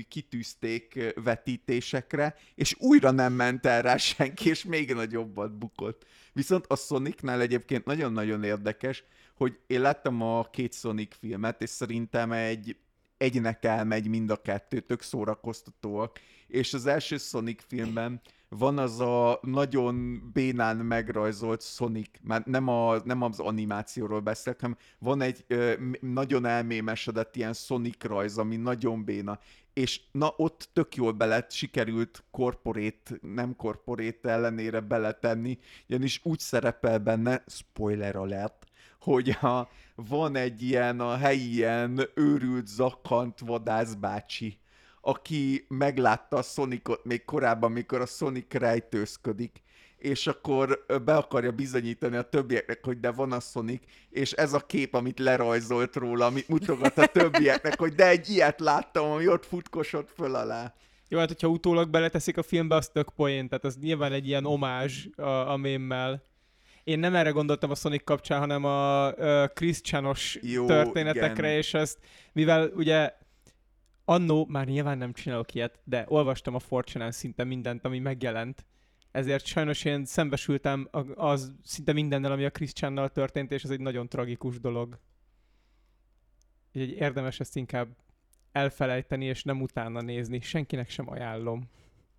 kitűzték vetítésekre, és újra nem ment el rá senki, és még nagyobbat bukott. Viszont a Sonicnál egyébként nagyon-nagyon érdekes, hogy én láttam a 2 Sonic filmet, és szerintem egynek elmegy mind a kettő, tök szórakoztatóak, és az első Sonic filmben van az a nagyon bénán megrajzolt Sonic, már nem az animációról beszélek, hanem van egy nagyon elmémesedett ilyen Sonic rajz, ami nagyon béna, és na ott tök jól sikerült nem corporate ellenére beletenni, ugyanis úgy szerepel benne, spoiler alert, hogy van egy ilyen a helyi ilyen őrült, zakkant vadászbácsi, aki meglátta a Sonicot még korábban, mikor a Sonic rejtőzködik, és akkor be akarja bizonyítani a többieknek, hogy de van a Sonic, és ez a kép, amit lerajzolt róla, amit mutogat a többieknek, hogy de egy ilyet láttam, ami ott futkosott föl alá. Jó, hát hogyha utólag beleteszik a filmbe, az tök poén, tehát az nyilván egy ilyen omázs a mémmel. Én nem erre gondoltam a Sonic kapcsán, hanem a Christianos történetekre, igen. És ezt, mivel ugye annó már nyilván nem csinálok ilyet, de olvastam a 4chan szinte mindent, ami megjelent. Ezért sajnos én szembesültem az szinte mindennel, ami a Christiannal történt, és ez egy nagyon tragikus dolog. Úgyhogy érdemes ezt inkább elfelejteni, és nem utána nézni. Senkinek sem ajánlom.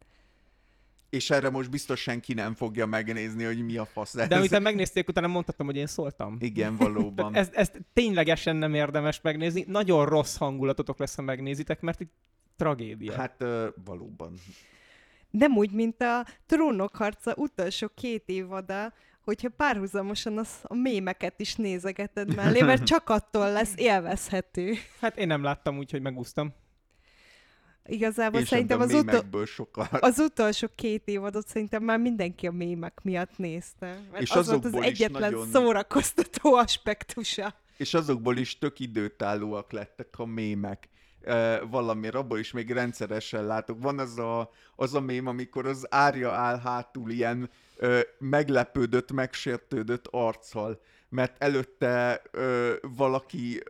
És erre most biztos senki nem fogja megnézni, hogy mi a fasz ez. De amit megnézték, utána mondhatom, hogy én szóltam. Igen, valóban. ezt ténylegesen nem érdemes megnézni. Nagyon rossz hangulatotok lesz, ha megnézitek, mert egy tragédia. Hát valóban. Nem úgy, mint a Trónok harca utolsó 2 évada, hogyha párhuzamosan a mémeket is nézegeted mellé, mert csak attól lesz élvezhető. Hát én nem láttam, úgyhogy megúsztam. Igazából én szerintem az utolsó 2 évadot szerintem már mindenki a mémek miatt nézte. Mert és az volt az egyetlen szórakoztató aspektusa. És azokból is tök időtállóak lettek a mémek. Valamiért, abból is még rendszeresen látok. Van az a mém, amikor az Arya áll hátul ilyen meglepődött, megsértődött arccal, mert előtte valaki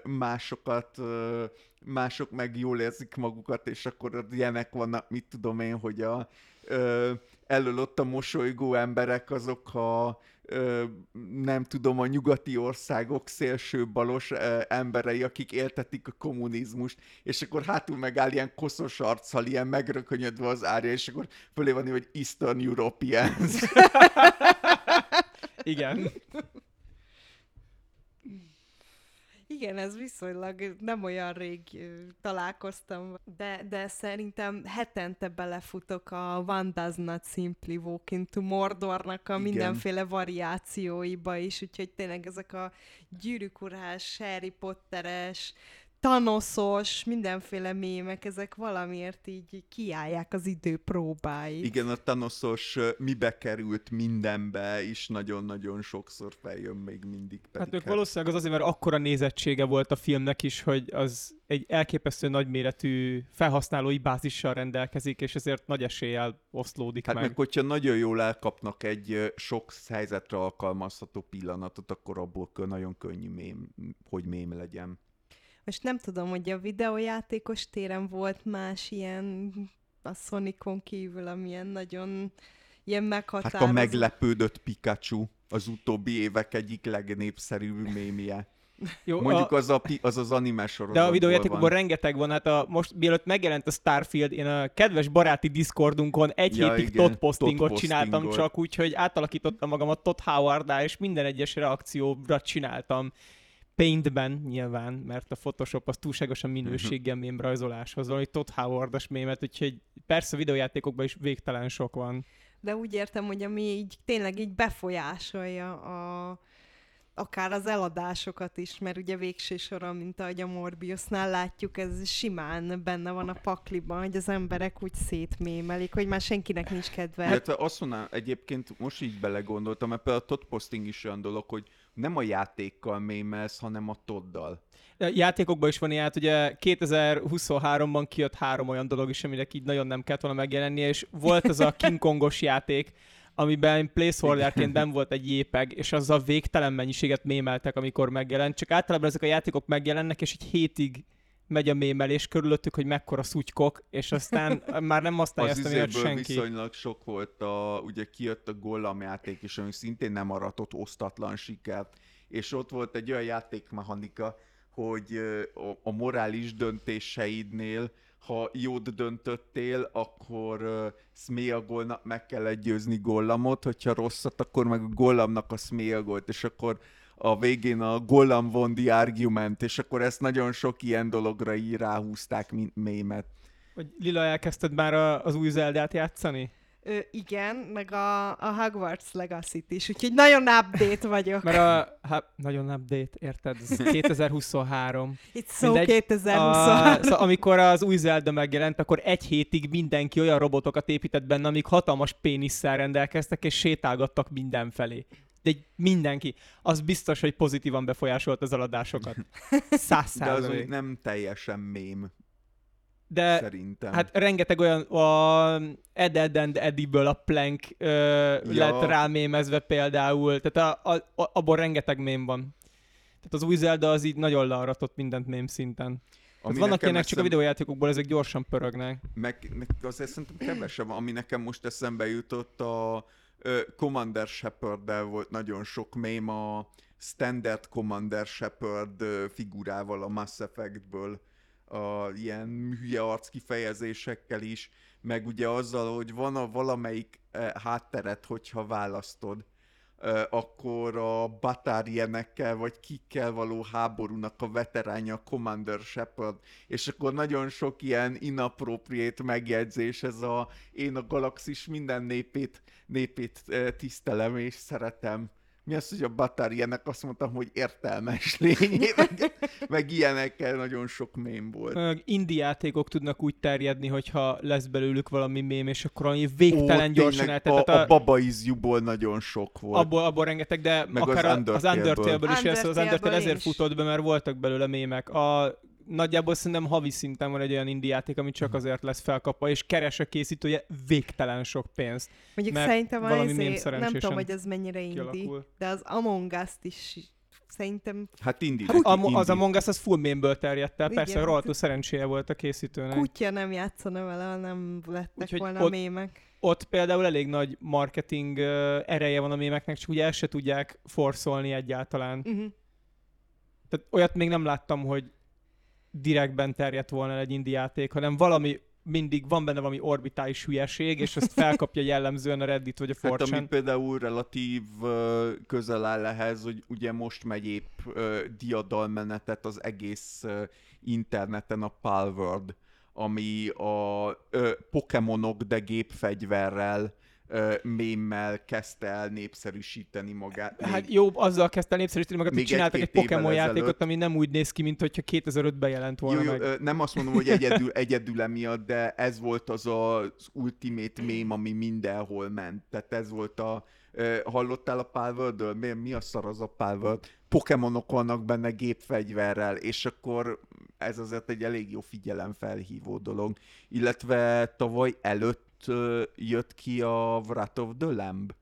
mások meg jól érzik magukat, és akkor ilyenek vannak, mit tudom én, hogy elől ott a mosolygó emberek azok nem tudom, a nyugati országok szélsőbalos emberei, akik éltetik a kommunizmust, és akkor hátul megáll ilyen koszos arccal, ilyen megrökönyödve az Arya, és akkor fölé van, hogy Eastern Europeans. Igen. Igen, ez viszonylag nem olyan rég találkoztam, de szerintem hetente belefutok a One Does Not Simply Walk into Mordornak a mindenféle variációiba is, úgyhogy tényleg ezek a Gyűrűk Urás, Harry Potteres, Thanoszos, mindenféle mémek, ezek valamiért így kiállják az idő próbáit. Igen, a Thanoszos mibe került mindenbe, is nagyon-nagyon sokszor feljön még mindig. Hát ők valószínűleg az azért, mert akkora nézettsége volt a filmnek is, hogy az egy elképesztő nagyméretű felhasználói bázissal rendelkezik, és ezért nagy eséllyel oszlódik hát meg. meg hogyha nagyon jól elkapnak egy sok helyzetre alkalmazható pillanatot, akkor abból nagyon könnyű hogy mém legyen. Most nem tudom, hogy a videójátékos téren volt más ilyen a Sonicon kívül, amilyen nagyon ilyen meghatározó. Hát a meglepődött Pikachu az utóbbi évek egyik legnépszerűbb mémje. Jó, Mondjuk az anime sorozatból de a videójátékokban van. rengeteg van, hát most mielőtt megjelent a Starfield, én a kedves baráti Discordunkon egy hétig igen, Todd postingot Todd csináltam postingot. csak, úgyhogy átalakítottam magam a Todd Howard-á, és minden egyes reakcióra csináltam Paintben nyilván, mert a Photoshop az túlságosan minőséggel mémrajzoláshoz van, hogy Todd Howard-os mémet, úgyhogy persze videójátékokban is végtelen sok van. De úgy értem, hogy ami így tényleg így befolyásolja akár az eladásokat is, mert ugye végső soron, mint ahogy a Morbiusnál látjuk, ez simán benne van a pakliban, hogy az emberek úgy szétmémelik, hogy már senkinek nincs kedve. Illetve azt mondanám, egyébként most így belegondoltam, mert például a Todd posting is olyan dolog, hogy nem a játékkal mémelsz, hanem a Toddal. Játékokban is van ilyen, hát ugye 2023-ban kijött 3 olyan dolog is, aminek így nagyon nem kellett volna megjelennie, és volt az a King Kongos játék, amiben placeholderként benn volt egy JPEG, és azzal végtelen mennyiséget mémeltek, amikor megjelent. Csak általában ezek a játékok megjelennek, és egy hétig megy a mémelés körülöttük, hogy mekkora szutykok, és aztán már nem használja ezt, amiért senki. Viszonylag sok volt, ugye kijött a Golem játék is, ami szintén nem aratott osztatlan sikert, és ott volt egy olyan játékmechanika, hogy a morális döntéseidnél, ha jót döntöttél, akkor Sméagolnak meg kellett győzni Gollamot, hogyha rosszat, akkor meg a Gollamnak a Sméagolt, és akkor a végén a Gollam won the argument, és akkor ezt nagyon sok ilyen dologra így ráhúzták, mint mémet. Hogy Lila, elkezdted már az új Zeldát játszani? Igen, meg a Hogwarts Legacy-t is, úgyhogy nagyon update vagyok. Mert nagyon update, érted? Ez 2023. It's so 2023. Szóval amikor az új Zelda megjelent, akkor egy hétig mindenki olyan robotokat épített benne, amik hatalmas pénisszel rendelkeztek, és sétálgattak mindenfelé. De mindenki. Az biztos, hogy pozitívan befolyásolt az eladásokat. 100%. De az úgy nem teljesen mém. De szerintem. Hát rengeteg olyan Ed and Eddie-ből a Plank lett rámémezve például, tehát abból rengeteg mém van. Tehát az új Zelda az így nagyon learatott mindent mém szinten. Vannak ilyenek, csak a videójátékokból ezek gyorsan pörögnek. Meg azért szerintem kevesebb, ami nekem most eszembe jutott, a Commander Shepard-del volt nagyon sok mém, a Standard Commander Shepard figurával a Mass Effect-ből. Ilyen hülye arc kifejezésekkel is, meg ugye azzal, hogy van valamelyik hátteret, hogyha választod, akkor a Batarienekkel vagy kikkel való háborúnak a veteránja a Commander Shepard, és akkor nagyon sok ilyen inappropriate megjegyzés, ez én a galaxis minden népét tisztelem és szeretem. Mi az, hogy a Batariennek azt mondtam, hogy értelmes lény, meg ilyenekkel nagyon sok mém volt. Indie játékok tudnak úgy terjedni, hogyha lesz belőlük valami mém, és akkor valami végtelen gyorsan eltett. A Baba Is You-ból nagyon sok volt. Abból rengeteg, de meg akár az Undertale-ből is, az Undertale ezért is futott be, mert voltak belőle mémek. Nagyjából szerintem havi szinten van egy olyan indie játék, ami csak azért lesz felkapva, és keres a készítője végtelen sok pénzt. Mondjuk szerintem nem tudom, hogy ez mennyire indie, de az Among Us-t is szerintem... Hát indie. Az Among Us az full mémből terjedt el, persze rohadtul szerencséje volt a készítőnek. Kutya nem játszana vele, ha nem lettek volna mémek. Ott például elég nagy marketing ereje van a mémeknek, csak ugye ezt se tudják forszolni egyáltalán. Tehát olyat még nem láttam, hogy direktben terjedt volna egy indie játék, hanem mindig van benne valami orbitális hülyeség, és azt felkapja jellemzően a Reddit vagy a 4chan. Hát ami például relatív közel áll ehhez, hogy ugye most megy épp diadalmenetet az egész interneten a Palworld, ami a Pokémonok, de gépfegyverrel mémmel kezdte el népszerűsíteni magát. Hát jó, azzal kezdte el népszerűsíteni magát, hogy csináltak egy Pokémon játékot, ami nem úgy néz ki, mint hogyha 2005-ben jelent volna meg. Nem azt mondom, hogy egyedül emiatt, de ez volt az ultimate mém, ami mindenhol ment. Tehát ez volt hallottál a Palworld-ről? Mi a szar az a Palworld? Pokémonok vannak benne gépfegyverrel, és akkor ez azért egy elég jó figyelemfelhívó dolog. Illetve tavaly előtt jött ki a Wrath of the Lamb.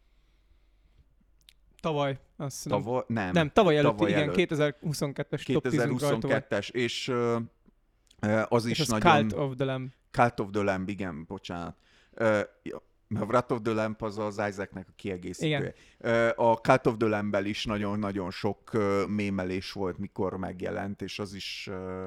Tavaly, azt hiszem. Nem, tavaly előtt, igen, 2022-es top 10-ünk rajta volt. 2022-es, és az és is az nagyon... Cult of the Lamb. Cult of the Lamb, igen, bocsánat. A Wrath of the Lamb az Isaacnek a kiegészítője. A Cult of the Lamb-bel is nagyon-nagyon sok mémelés volt, mikor megjelent, és az is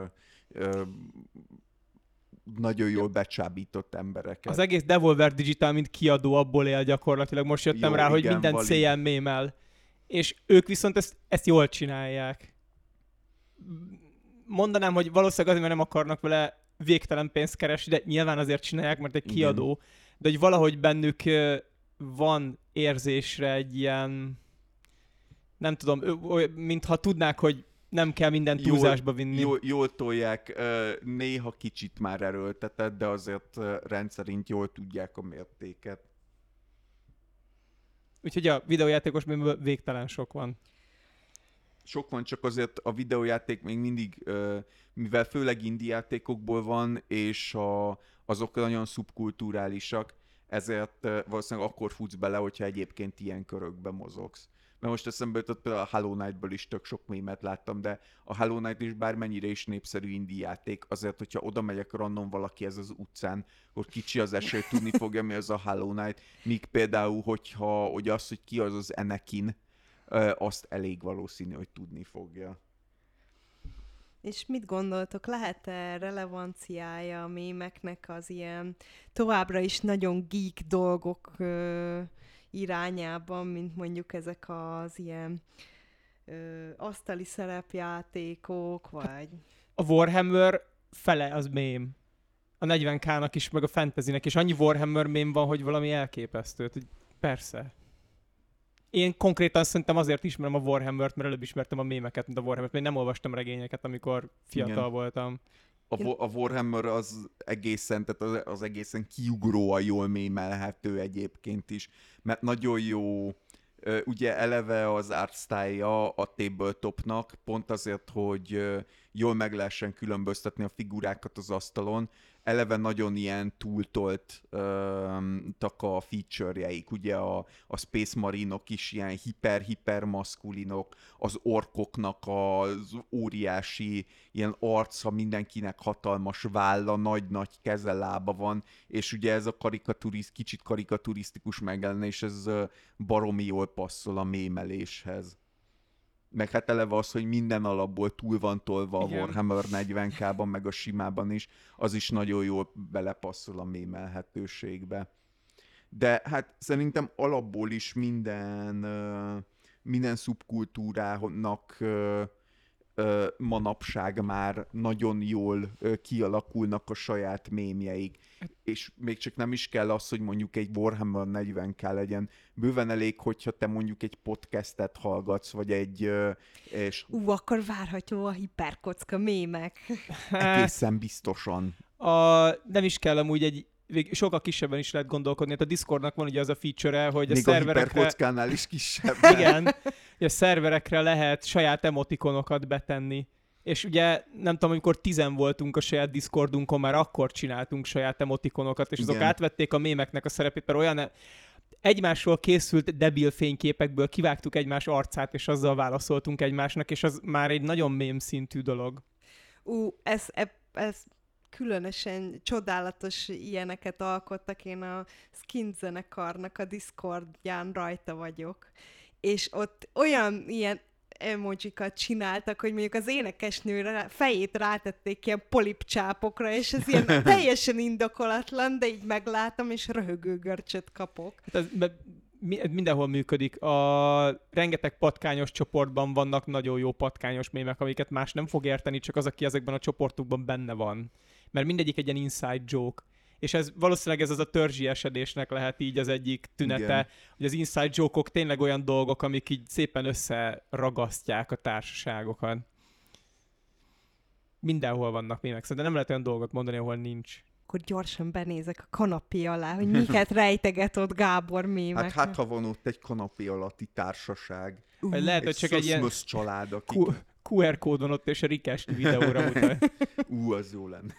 nagyon jól becsábított embereket. Az egész Devolver Digital, mint kiadó, abból él gyakorlatilag. Most jöttem rá, hogy mindent CL mémel. És ők viszont ezt jól csinálják. Mondanám, hogy valószínűleg azért, mert nem akarnak vele végtelen pénzt keresni, de nyilván azért csinálják, mert egy kiadó. Igen. De hogy valahogy bennük van érzésre egy ilyen, nem tudom, mintha tudnák, hogy nem kell minden túlzásba vinni. Jól tolják, néha kicsit már erőltetett, de azért rendszerint jól tudják a mértéket. Úgyhogy a videójátékos mémben végtelen sok van. Sok van, csak azért a videójáték még mindig, mivel főleg indie játékokból van, és azok nagyon szubkulturálisak, ezért valószínűleg akkor futsz bele, hogyha egyébként ilyen körökben mozogsz. Mert most eszembe jutott, például a Hollow Knight-ből is tök sok mémet láttam, de a Hollow Knight is bármennyire is népszerű indie játék, azért, hogyha oda megyek random valaki ez az utcán, hogy kicsi az esély, tudni fogja, mi az a Hollow Knight, míg például, hogy az, hogy ki az az Anakin, azt elég valószínű, hogy tudni fogja. És mit gondoltok, lehet-e relevanciája a mémeknek az ilyen továbbra is nagyon geek dolgok irányában, mint mondjuk ezek az ilyen asztali szerepjátékok, vagy... A Warhammer fele az mém. A 40k-nak is, meg a fantasynek, és annyi Warhammer mém van, hogy valami elképesztő. Persze. Én konkrétan szerintem azért ismerem a Warhammert, mert előbb ismertem a mémeket, mint a Warhammert, mert én nem olvastam regényeket, amikor fiatal voltam. A Warhammer az egészen, tehát az egészen kiugróan jól mémelhető egyébként is, mert nagyon jó, ugye eleve az art style-ja a tabletopnak, pont azért, hogy jól meg lehessen különböztetni a figurákat az asztalon, eleve nagyon ilyen túltoltak a feature-jeik, ugye a Space Marinok is ilyen hiper maszkulinok, az orkoknak az óriási ilyen arca, mindenkinek hatalmas válla, nagy keze, lába van, és ugye ez a kicsit karikaturisztikus megjelenés, ez baromi jól passzol a mémeléshez. Meg hát eleve az, hogy minden alapból túl van tolva a Warhammer 40k-ban, meg a simában is, az is nagyon jól belepasszol a mémelhetőségbe. De hát szerintem alapból is minden szubkultúrának manapság már nagyon jól kialakulnak a saját mémjeik. És még csak nem is kell az, hogy mondjuk egy Warhammer 40k legyen. Bőven elég, hogyha te mondjuk egy podcastet hallgatsz, vagy egy... akkor várható a hiperkocka mémek. Egészen biztosan. Nem is kell amúgy sokkal kisebben is lehet gondolkodni. Hát a Discordnak van ugye az a feature-e, hogy még a szerverekre... a hiperkockánál is kisebb. Igen, hogy a szerverekre lehet saját emotikonokat betenni. És ugye nem tudom, amikor 10 voltunk a saját Discordunkon, már akkor csináltunk saját emotikonokat, és azok átvették a mémeknek a szerepét, mert olyan egymásról készült debil fényképekből kivágtuk egymás arcát, és azzal válaszoltunk egymásnak, és az már egy nagyon mém szintű dolog. Ez különösen csodálatos ilyeneket alkottak. Én a Skint zenekarnak a Discordján rajta vagyok, és ott olyan ilyen emojikat csináltak, hogy mondjuk az énekesnő fejét rátették ilyen polipcsápokra, és ez ilyen teljesen indokolatlan, de így meglátom, és röhögő görcsöt kapok. Hát mindenhol működik. Rengeteg patkányos csoportban vannak nagyon jó patkányos mémek, amiket más nem fog érteni, csak az, aki ezekben a csoportokban benne van. Mert mindegyik egy ilyen inside joke. és ez valószínűleg ez az a törzsiesedésnek lehet így az egyik tünete, Igen. hogy az inside joke-ok tényleg olyan dolgok, amik így szépen összeragasztják a társaságokat. Mindenhol vannak mémek, szerintem nem lehet olyan dolgot mondani, ahol nincs. Akkor gyorsan benézek a kanapé alá, hogy miket rejteget ott Gábor mémek. Hát ha van ott egy kanapé alatti társaság. Vagy lehet, hogy csak egy ilyen szöszmösz család, akik... QR kódon ott és a Rick videóra mutat. Az jó lenne.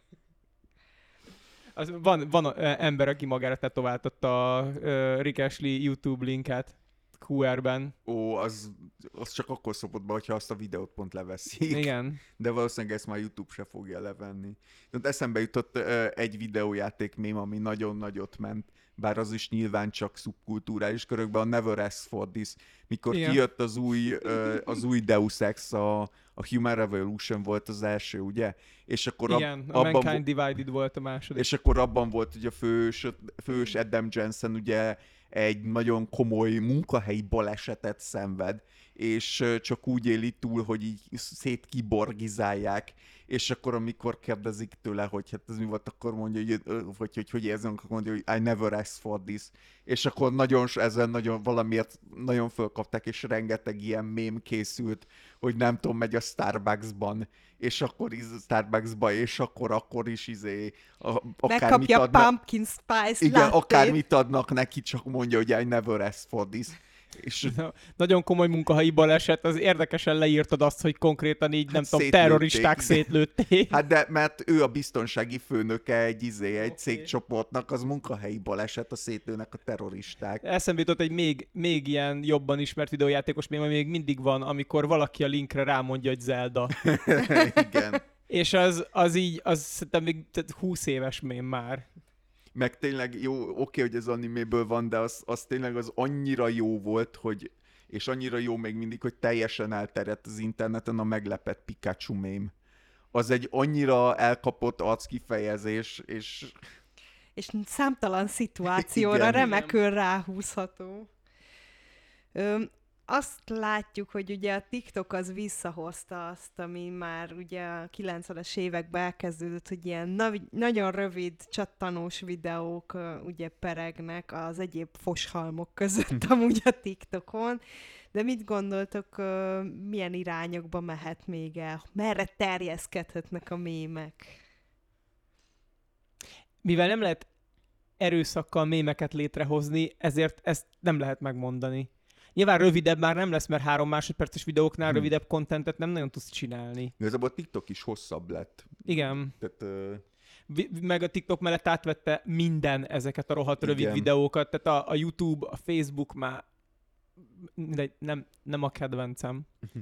Van ember, aki magára tetováltatta a Rick Astley YouTube linket QR-ben. Az csak akkor szopott be, hogyha azt a videót pont leveszik. Igen. De valószínűleg ezt már YouTube se fogja levenni. Tehát eszembe jutott egy videójáték mém, ami nagyon nagyot ment, bár az is nyilván csak szubkulturális körökben, a Never Ask for This, mikor Igen. kijött az új Deus Ex, a Human Revolution volt az első, ugye? És akkor Igen, a Mankind Divided volt a második. És akkor abban volt, hogy a fős Adam Jensen ugye egy nagyon komoly munkahelyi balesetet szenved, és csak úgy éli túl, hogy így szétkiborgizálják, és akkor amikor kérdezik tőle, hogy hát ez mi volt, akkor mondja, hogy érzem, akkor mondja, hogy I never asked for this, és akkor valamiért nagyon fölkapták, és rengeteg ilyen mém készült, hogy nem tudom, megy a Starbucksban, és akkor Starbucksba, és akkor is megkapja a pumpkin spice igen, latte. akármit adnak neki, csak mondja, hogy I never asked for this. És nagyon komoly munkahelyi baleset, az érdekesen leírtad azt, hogy konkrétan így, nem tudom, szétlőtték. terroristák szétlőtték. Hát de, mert ő a biztonsági főnöke egy cégcsoportnak, az munkahelyi baleset, a szétlőnek a terroristák. Eszembe jutott egy még ilyen jobban ismert videójátékos mém, ami még mindig van, amikor valaki a linkre rámondja, hogy Zelda. Igen. És az szerintem még 20 éves mém már. Meg tényleg jó, oké, hogy ez animéből van, de az tényleg az annyira jó volt, és annyira jó még mindig, hogy teljesen elterjedt az interneten a meglepett Pikachu mém. Az egy annyira elkapott arckifejezés, és számtalan szituációra Igen. remekül ráhúzható. Azt látjuk, hogy ugye a TikTok az visszahozta azt, ami már ugye a 90-es években elkezdődött, hogy ilyen nagyon rövid, csattanós videók ugye peregnek az egyéb foshalmok között amúgy a TikTokon. De mit gondoltok, milyen irányokba mehet még el? Merre terjeszkedhetnek a mémek? Mivel nem lehet erőszakkal mémeket létrehozni, ezért ezt nem lehet megmondani. Nyilván rövidebb már nem lesz, mert 3 másodperces videóknál rövidebb contentet nem nagyon tudsz csinálni. igazából a TikTok is hosszabb lett. Igen. Tehát, Meg a TikTok mellett átvette minden ezeket a rohadt rövid Igen. videókat, tehát a YouTube, a Facebook már nem a kedvencem.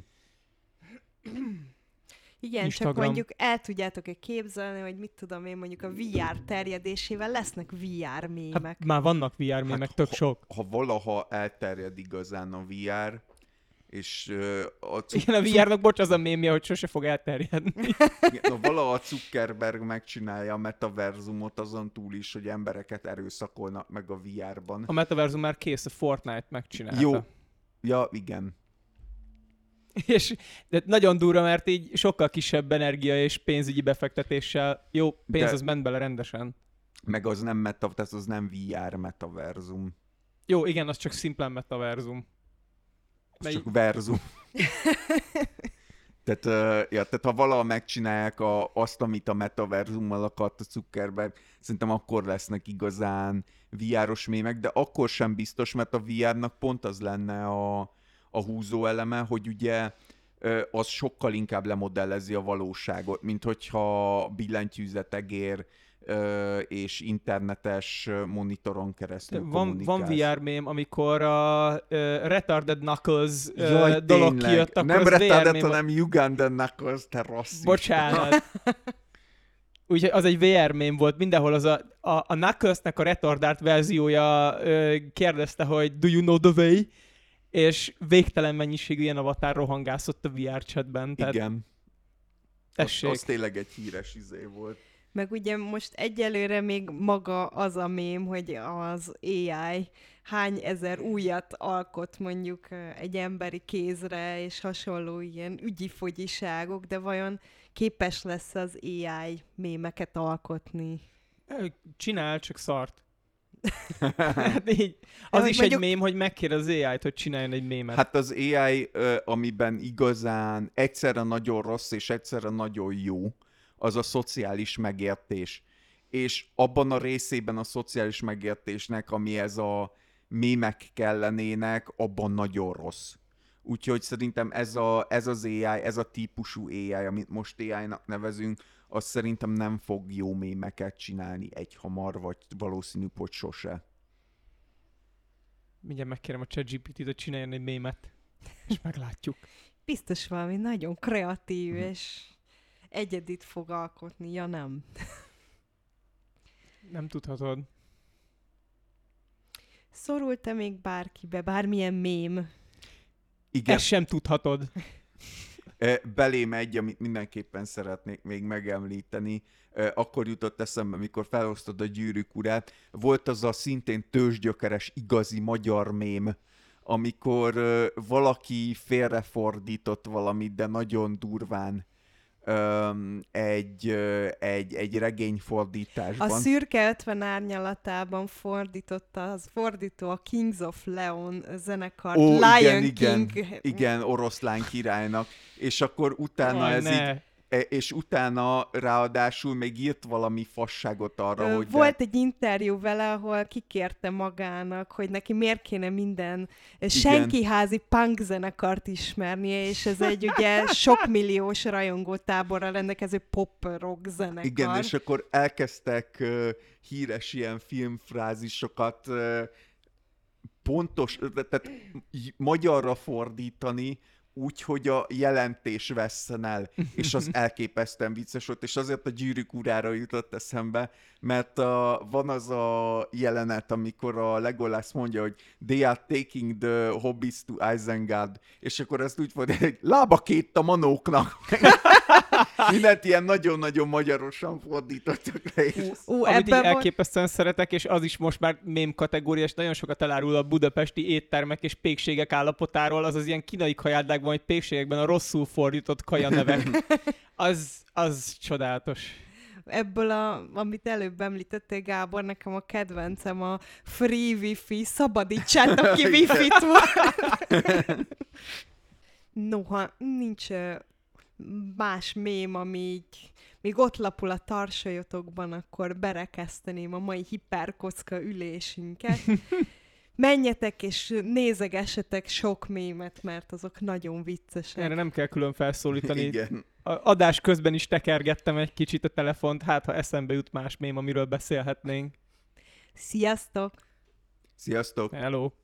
Igen, Instagram. csak mondjuk el tudjátok-e képzelni, hogy mit tudom én, mondjuk a VR terjedésével lesznek VR mémek. Hát már vannak VR mémek, tök sok. ha valaha elterjed igazán a VR, és Igen, a VR-nak bocs, az a mémje, hogy sose fog elterjedni. valaha a Zuckerberg megcsinálja a metaverzumot azon túl is, hogy embereket erőszakolnak meg a VR-ban. A metaverzum már kész, a Fortnite megcsinálta. Jó. Ja, igen. És de nagyon durva, mert így sokkal kisebb energia és pénzügyi befektetéssel, jó, pénz az ment bele rendesen. Meg az nem tehát az nem VR metaverzum. Jó, igen, az csak szimplán metaverzum. Az csak verzum. Tehát ha valaha megcsinálják azt, amit a metaverzummal akart a Zuckerberg, szerintem akkor lesznek igazán VR-os mémek, de akkor sem biztos, mert a VR-nak pont az lenne a húzó eleme, hogy ugye az sokkal inkább lemodellezi a valóságot, mint hogyha billentyűzetegér és internetes monitoron keresztül Van kommunikálsz. VR mém, amikor a Retarded Knuckles Jaj, dolog tényleg. kijött, akkor nem az VR retarded, mém. hanem Uganda Knuckles, te rasszista. Bocsánat. Úgyhogy az egy VR mém volt, mindenhol az a Knuckles-nek a retardált verziója kérdezte, hogy do you know the way? És végtelen mennyiségű ilyen avatár rohangászott a VR chatben. Tehát Igen. tessék. Az tényleg egy híres izé volt. Meg ugye most egyelőre még maga az a mém, hogy az AI hány ezer újat alkot mondjuk egy emberi kézre, és hasonló ilyen ügyi fogyiságok, de vajon képes lesz az AI mémeket alkotni? Csinál, csak szart. Hát így. Az hogy is mondjuk- egy mém, hogy megkér az AI-t, hogy csináljon egy mémet. Hát az AI, amiben igazán egyszerre nagyon rossz és egyszerre nagyon jó, az a szociális megértés. És abban a részében a szociális megértésnek, ami ez a mémek kellenének, abban nagyon rossz. Úgyhogy szerintem ez az AI, ez a típusú AI, amit most AI-nak nevezünk, az szerintem nem fog jó mémeket csinálni egyhamar, vagy valószínű, hogy sose. Mindjárt megkérem a ChatGPT-t, hogy csináljon egy mémet. És meglátjuk. Biztos valami nagyon kreatív és egyedit fog alkotni, ja nem. Nem tudhatod. Szorult-e még bárkibe, bármilyen mém? Igen. Ezt sem tudhatod. Belém egy, amit mindenképpen szeretnék még megemlíteni. Akkor jutott eszembe, mikor felosztod a Gyűrűk urát. Volt az a szintén tőzsgyökeres igazi magyar mém, amikor valaki félrefordított valamit, de nagyon durván egy regényfordításban. A szürke 50 árnyalatában fordította az fordító a Kings of Leon zenekart, Lion King. Igen, oroszlán királynak. És akkor utána Jaj, ez ne. így, és utána ráadásul még írt valami fasságot arra, hogy Volt egy interjú vele, ahol kikérte magának, hogy neki miért kéne minden senkiházi punk zenekart ismernie, és ez egy ugye sok milliós rajongótáborral rendelkező pop-rock zenekar. Igen, és akkor elkezdtek híres ilyen filmfrázisokat pontos, tehát magyarra fordítani, úgy, hogy a jelentés vesszen el, és az elképesztően vicces volt, és azért a Gyűrűk urára jutott eszembe, mert van az a jelenet, amikor a Legolas mondja, hogy they are taking the hobbies to Isengard, és akkor ezt úgy fordítja, hogy lába két a manóknak. Mindent ilyen nagyon-nagyon magyarosan fordítottak le. Amit így elképesztően szeretek, és az is most már mém kategória, és nagyon sokat elárul a budapesti éttermek és pékségek állapotáról, az ilyen kínai kajádákban, vagy pékségekben a rosszul fordított kajanevek. Az csodálatos. Ebből, amit előbb említettél, Gábor, nekem a kedvencem a free wifi, szabadítsátok ki wifi-t. Noha nincs más mém, ami így még ott lapul a tarsajotokban, akkor berekeszteném a mai hiperkocka ülésünket. Menjetek és nézegessetek sok mémet, mert azok nagyon viccesek. Erre nem kell külön felszólítani. Igen. A adás közben is tekergettem egy kicsit a telefont, hát ha eszembe jut más mém, amiről beszélhetnénk. Sziasztok! Sziasztok! Hello!